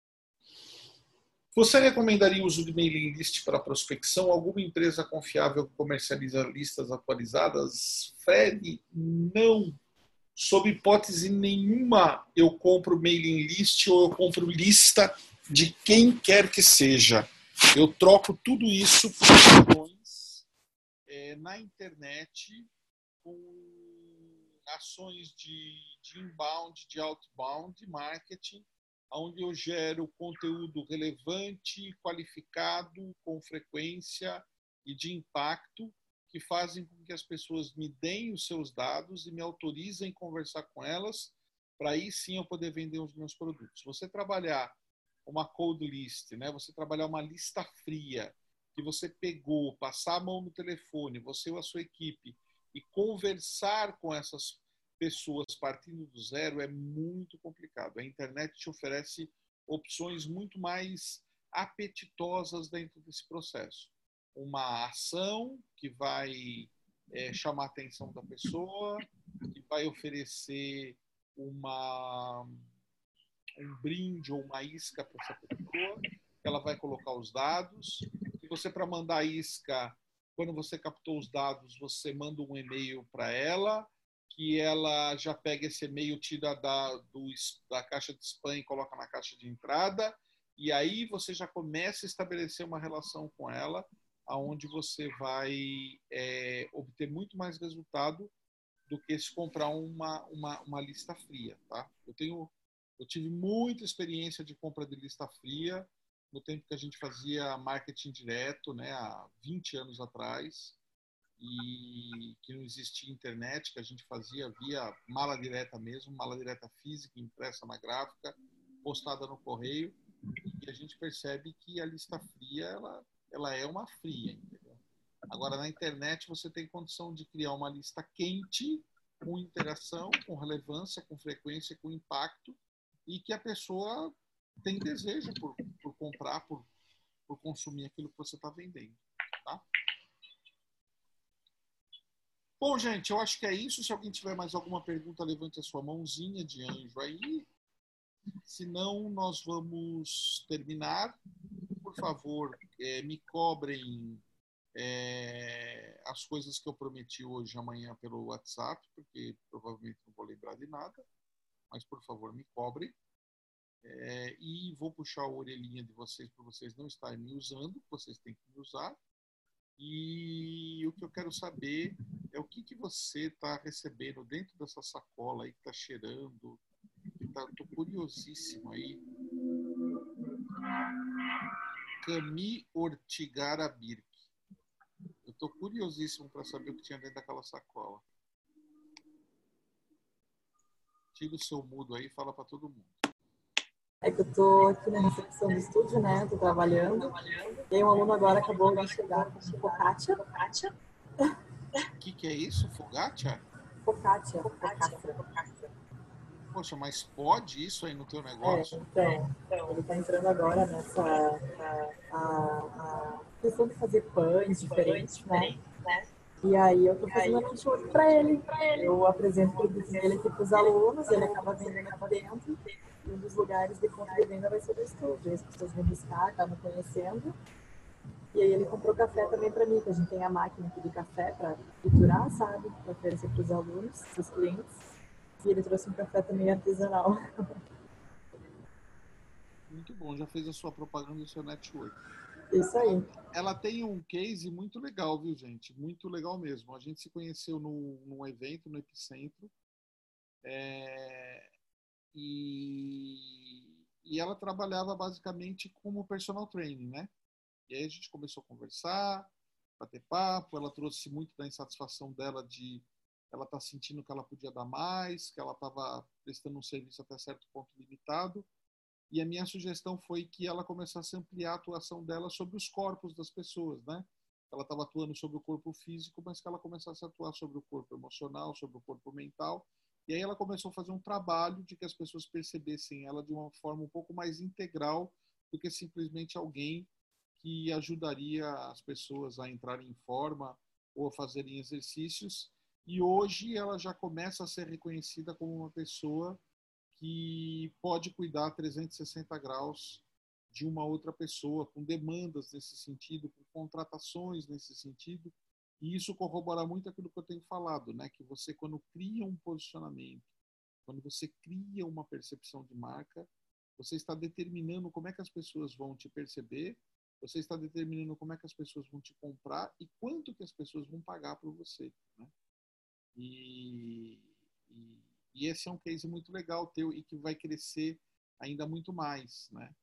Você recomendaria o uso de mailing list para prospecção? Alguma empresa confiável que comercializa listas atualizadas? Fred, não. Sob hipótese nenhuma, eu compro mailing list ou eu compro lista de quem quer que seja. Eu troco tudo isso por ações na internet, com ações de inbound, de outbound, de marketing, onde eu gero conteúdo relevante, qualificado, com frequência e de impacto, que fazem com que as pessoas me deem os seus dados e me autorizem a conversar com elas, para aí sim eu poder vender os meus produtos. Se você trabalhar uma cold list, né? Você trabalhar uma lista fria, que você pegou, passar a mão no telefone, você ou a sua equipe, e conversar com essas pessoas partindo do zero é muito complicado. A internet te oferece opções muito mais apetitosas dentro desse processo. Uma ação que vai chamar a atenção da pessoa, que vai oferecer um brinde ou uma isca para essa pessoa, ela vai colocar os dados. E você, para mandar a isca, quando você captou os dados, você manda um e-mail para ela, que ela já pega esse e-mail, tira da caixa de spam e coloca na caixa de entrada, e aí você já começa a estabelecer uma relação com ela, onde você vai obter muito mais resultado do que se comprar uma lista fria. Tá? Eu tive muita experiência de compra de lista fria no tempo que a gente fazia marketing direto, né, há 20 anos atrás, e que não existia internet, que a gente fazia via mala direta mesmo, mala direta física, impressa na gráfica, postada no correio, e a gente percebe que a lista fria, ela é uma fria, entendeu? Agora, na internet, você tem condição de criar uma lista quente, com interação, com relevância, com frequência, com impacto, e que a pessoa tem desejo por comprar, por consumir aquilo que você está vendendo. Tá? Bom, gente, eu acho que é isso. Se alguém tiver mais alguma pergunta, levante a sua mãozinha de anjo aí. Se não, nós vamos terminar. Por favor, me cobrem as coisas que eu prometi hoje amanhã pelo WhatsApp, porque provavelmente não vou lembrar de nada, mas por favor me cobrem. E vou puxar a orelhinha de vocês para vocês não estarem me usando, vocês têm que me usar. E o que eu quero saber é o que você está recebendo dentro dessa sacola aí que está cheirando. Estou curiosíssimo aí. Camille Ortigara Birk. Eu estou curiosíssimo para saber o que tinha dentro daquela sacola. Tira o seu mudo aí e fala para todo mundo. É que eu tô aqui na recepção do estúdio, né? Tô trabalhando. E aí um aluno agora acabou de chegar com focaccia. O que é isso? Focaccia? Focaccia. Poxa, mas pode isso aí no teu negócio? Então, ele tá entrando agora nessa a questão de fazer pães diferentes, né? E aí eu tô fazendo a network pra ele. Eu apresento o produto dele aqui pros alunos, ele acaba vendendo aqui dentro. E um dos lugares de ponto de venda vai ser do estúdio. As pessoas vêm buscar, acabam conhecendo. E aí ele comprou café também para mim, que a gente tem a máquina aqui de café para triturar, sabe? Para oferecer para os alunos, para os clientes. E ele trouxe um café também artesanal. Muito bom, já fez a sua propaganda do seu network. Isso aí. Ela tem um case muito legal, viu, gente? Muito legal mesmo. A gente se conheceu num evento no Epicentro. E ela trabalhava basicamente como personal training, né? E aí a gente começou a conversar, bater papo. Ela trouxe muito da insatisfação dela de ela estar sentindo que ela podia dar mais, que ela estava prestando um serviço até certo ponto limitado. E a minha sugestão foi que ela começasse a ampliar a atuação dela sobre os corpos das pessoas, né? Ela estava atuando sobre o corpo físico, mas que ela começasse a atuar sobre o corpo emocional, sobre o corpo mental. E aí ela começou a fazer um trabalho de que as pessoas percebessem ela de uma forma um pouco mais integral do que simplesmente alguém que ajudaria as pessoas a entrarem em forma ou a fazerem exercícios. E hoje ela já começa a ser reconhecida como uma pessoa que pode cuidar 360 graus de uma outra pessoa, com demandas nesse sentido, com contratações nesse sentido. E isso corrobora muito aquilo que eu tenho falado, né? Que você, quando cria um posicionamento, quando você cria uma percepção de marca, você está determinando como é que as pessoas vão te perceber, você está determinando como é que as pessoas vão te comprar e quanto que as pessoas vão pagar por você, né? E esse é um case muito legal teu e que vai crescer ainda muito mais, né?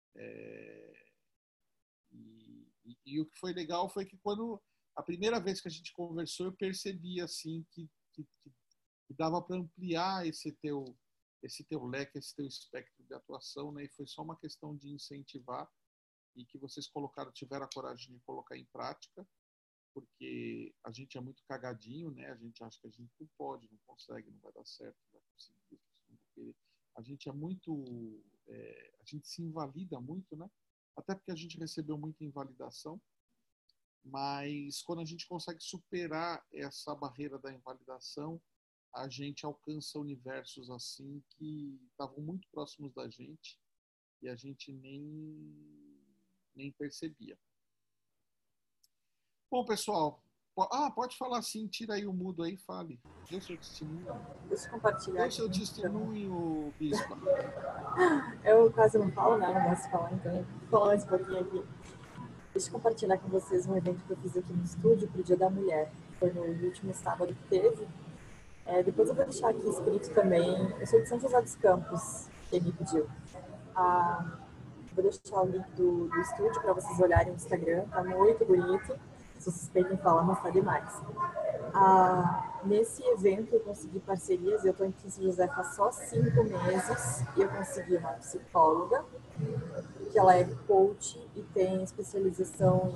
E o que foi legal foi que quando a primeira vez que a gente conversou, eu percebi assim que dava para ampliar esse teu esse teu leque, esse teu espectro de atuação, né? E foi só uma questão de incentivar e que vocês tiveram a coragem de colocar em prática, porque a gente é muito cagadinho, né? A gente acha que a gente não pode, não consegue, não vai dar certo, não vai conseguir, não vai querer. A gente é muito, a gente se invalida muito, né? Até porque a gente recebeu muita invalidação, mas quando a gente consegue superar essa barreira da invalidação, a gente alcança universos assim que estavam muito próximos da gente e a gente nem percebia. Bom, pessoal, pode falar sim, tira aí o mudo aí, fale. Dê o seu testemunho. Deixa eu compartilhar. Dê o seu testemunho, Bispa. Eu quase não falo, né? Não gosto de falar, então vou falar mais um pouquinho aqui. Deixa eu compartilhar com vocês um evento que eu fiz aqui no estúdio para o Dia da Mulher. Foi no último sábado que teve. Depois eu vou deixar aqui escrito também. Eu sou de São José dos Campos, quem me pediu. Vou deixar o link do estúdio para vocês olharem no Instagram, tá muito bonito. Sou suspeita em falar, mas tá demais. Nesse evento eu consegui parcerias, eu estou em São José faz só 5 meses e eu consegui uma psicóloga, que ela é coach e tem especialização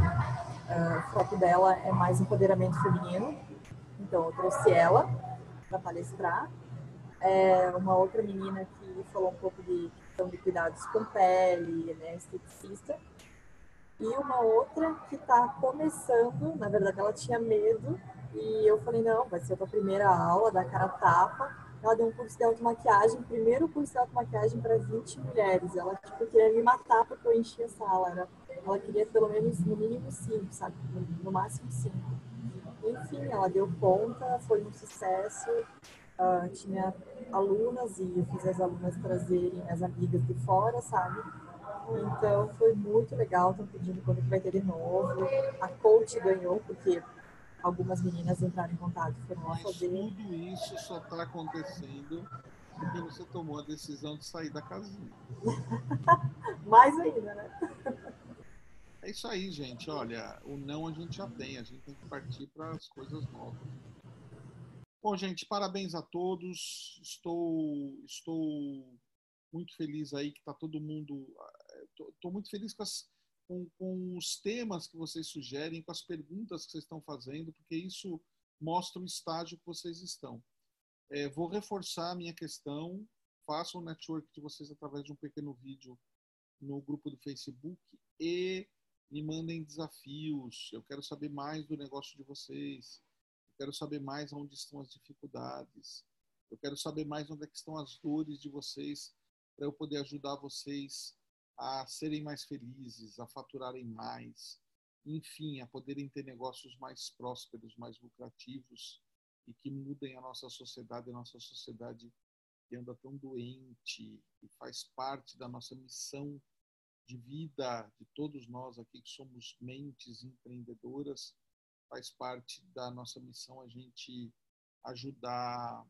o foco dela é mais empoderamento feminino. Então eu trouxe ela para palestrar. Uma outra menina que falou um pouco de questão de cuidados com pele, né, esteticista. E uma outra que está começando, na verdade ela tinha medo, e eu falei, não, vai ser a tua primeira aula, da cara a tapa. Ela deu um curso de automaquiagem, primeiro curso de automaquiagem para 20 mulheres. Ela queria me matar porque eu enchi a sala. Ela queria pelo menos, no mínimo 5, sabe? No máximo 5. Enfim, ela deu conta, foi um sucesso. Tinha alunas e eu fiz as alunas trazerem as amigas de fora, sabe? Então foi muito legal, estão pedindo quando vai ter de novo. A coach ganhou, porque algumas meninas entraram em contato e foram lá fazer. Tudo isso só está acontecendo porque você tomou a decisão de sair da casinha. Mais ainda, né? É isso aí, gente. Olha, o não a gente já tem, a gente tem que partir para as coisas novas. Bom, gente, parabéns a todos. Estou muito feliz aí que está todo mundo. Estou muito feliz com os temas que vocês sugerem, com as perguntas que vocês estão fazendo, porque isso mostra o estágio que vocês estão. Vou reforçar a minha questão. Façam o network de vocês através de um pequeno vídeo no grupo do Facebook e me mandem desafios. Eu quero saber mais do negócio de vocês. Eu quero saber mais onde estão as dificuldades. Eu quero saber mais onde é que estão as dores de vocês para eu poder ajudar vocês a serem mais felizes, a faturarem mais, enfim, a poderem ter negócios mais prósperos, mais lucrativos e que mudem a nossa sociedade que anda tão doente e faz parte da nossa missão de vida, de todos nós aqui que somos mentes empreendedoras, faz parte da nossa missão a gente ajudar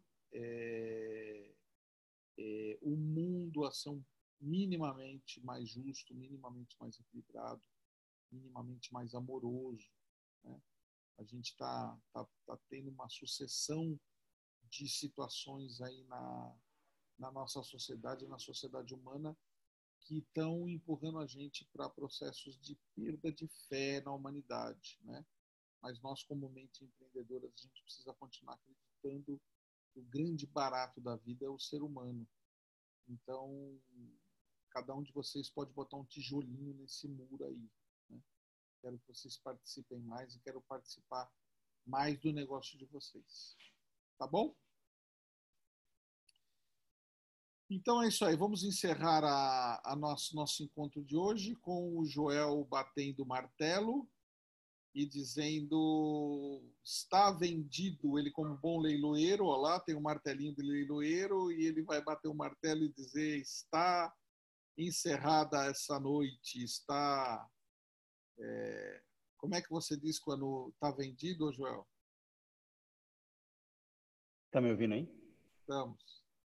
o mundo a ser minimamente mais justo, minimamente mais equilibrado, minimamente mais amoroso, né? A gente está tendo uma sucessão de situações aí na nossa sociedade, na sociedade humana, que estão empurrando a gente para processos de perda de fé na humanidade, né? Mas nós, como mentes empreendedoras, a gente precisa continuar acreditando que o grande barato da vida é o ser humano. Então, cada um de vocês pode botar um tijolinho nesse muro aí, né? Quero que vocês participem mais e quero participar mais do negócio de vocês. Tá bom? Então é isso aí. Vamos encerrar nosso encontro de hoje com o Joel batendo o martelo e dizendo: está vendido. Ele, como bom leiloeiro, ó lá, tem um martelinho de leiloeiro e ele vai bater o martelo e dizer: está encerrada essa noite, está... Como é que você diz quando está vendido, Joel? Está me ouvindo aí? Estamos.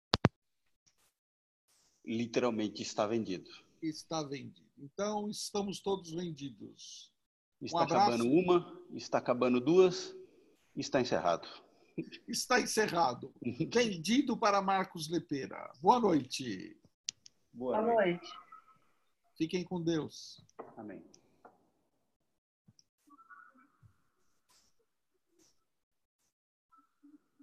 Literalmente está vendido. Está vendido. Então, estamos todos vendidos. Está acabando uma, está acabando duas, está encerrado. está encerrado. Vendido para Marcos Lepera. Boa noite. Boa noite. Fiquem com Deus. Amém.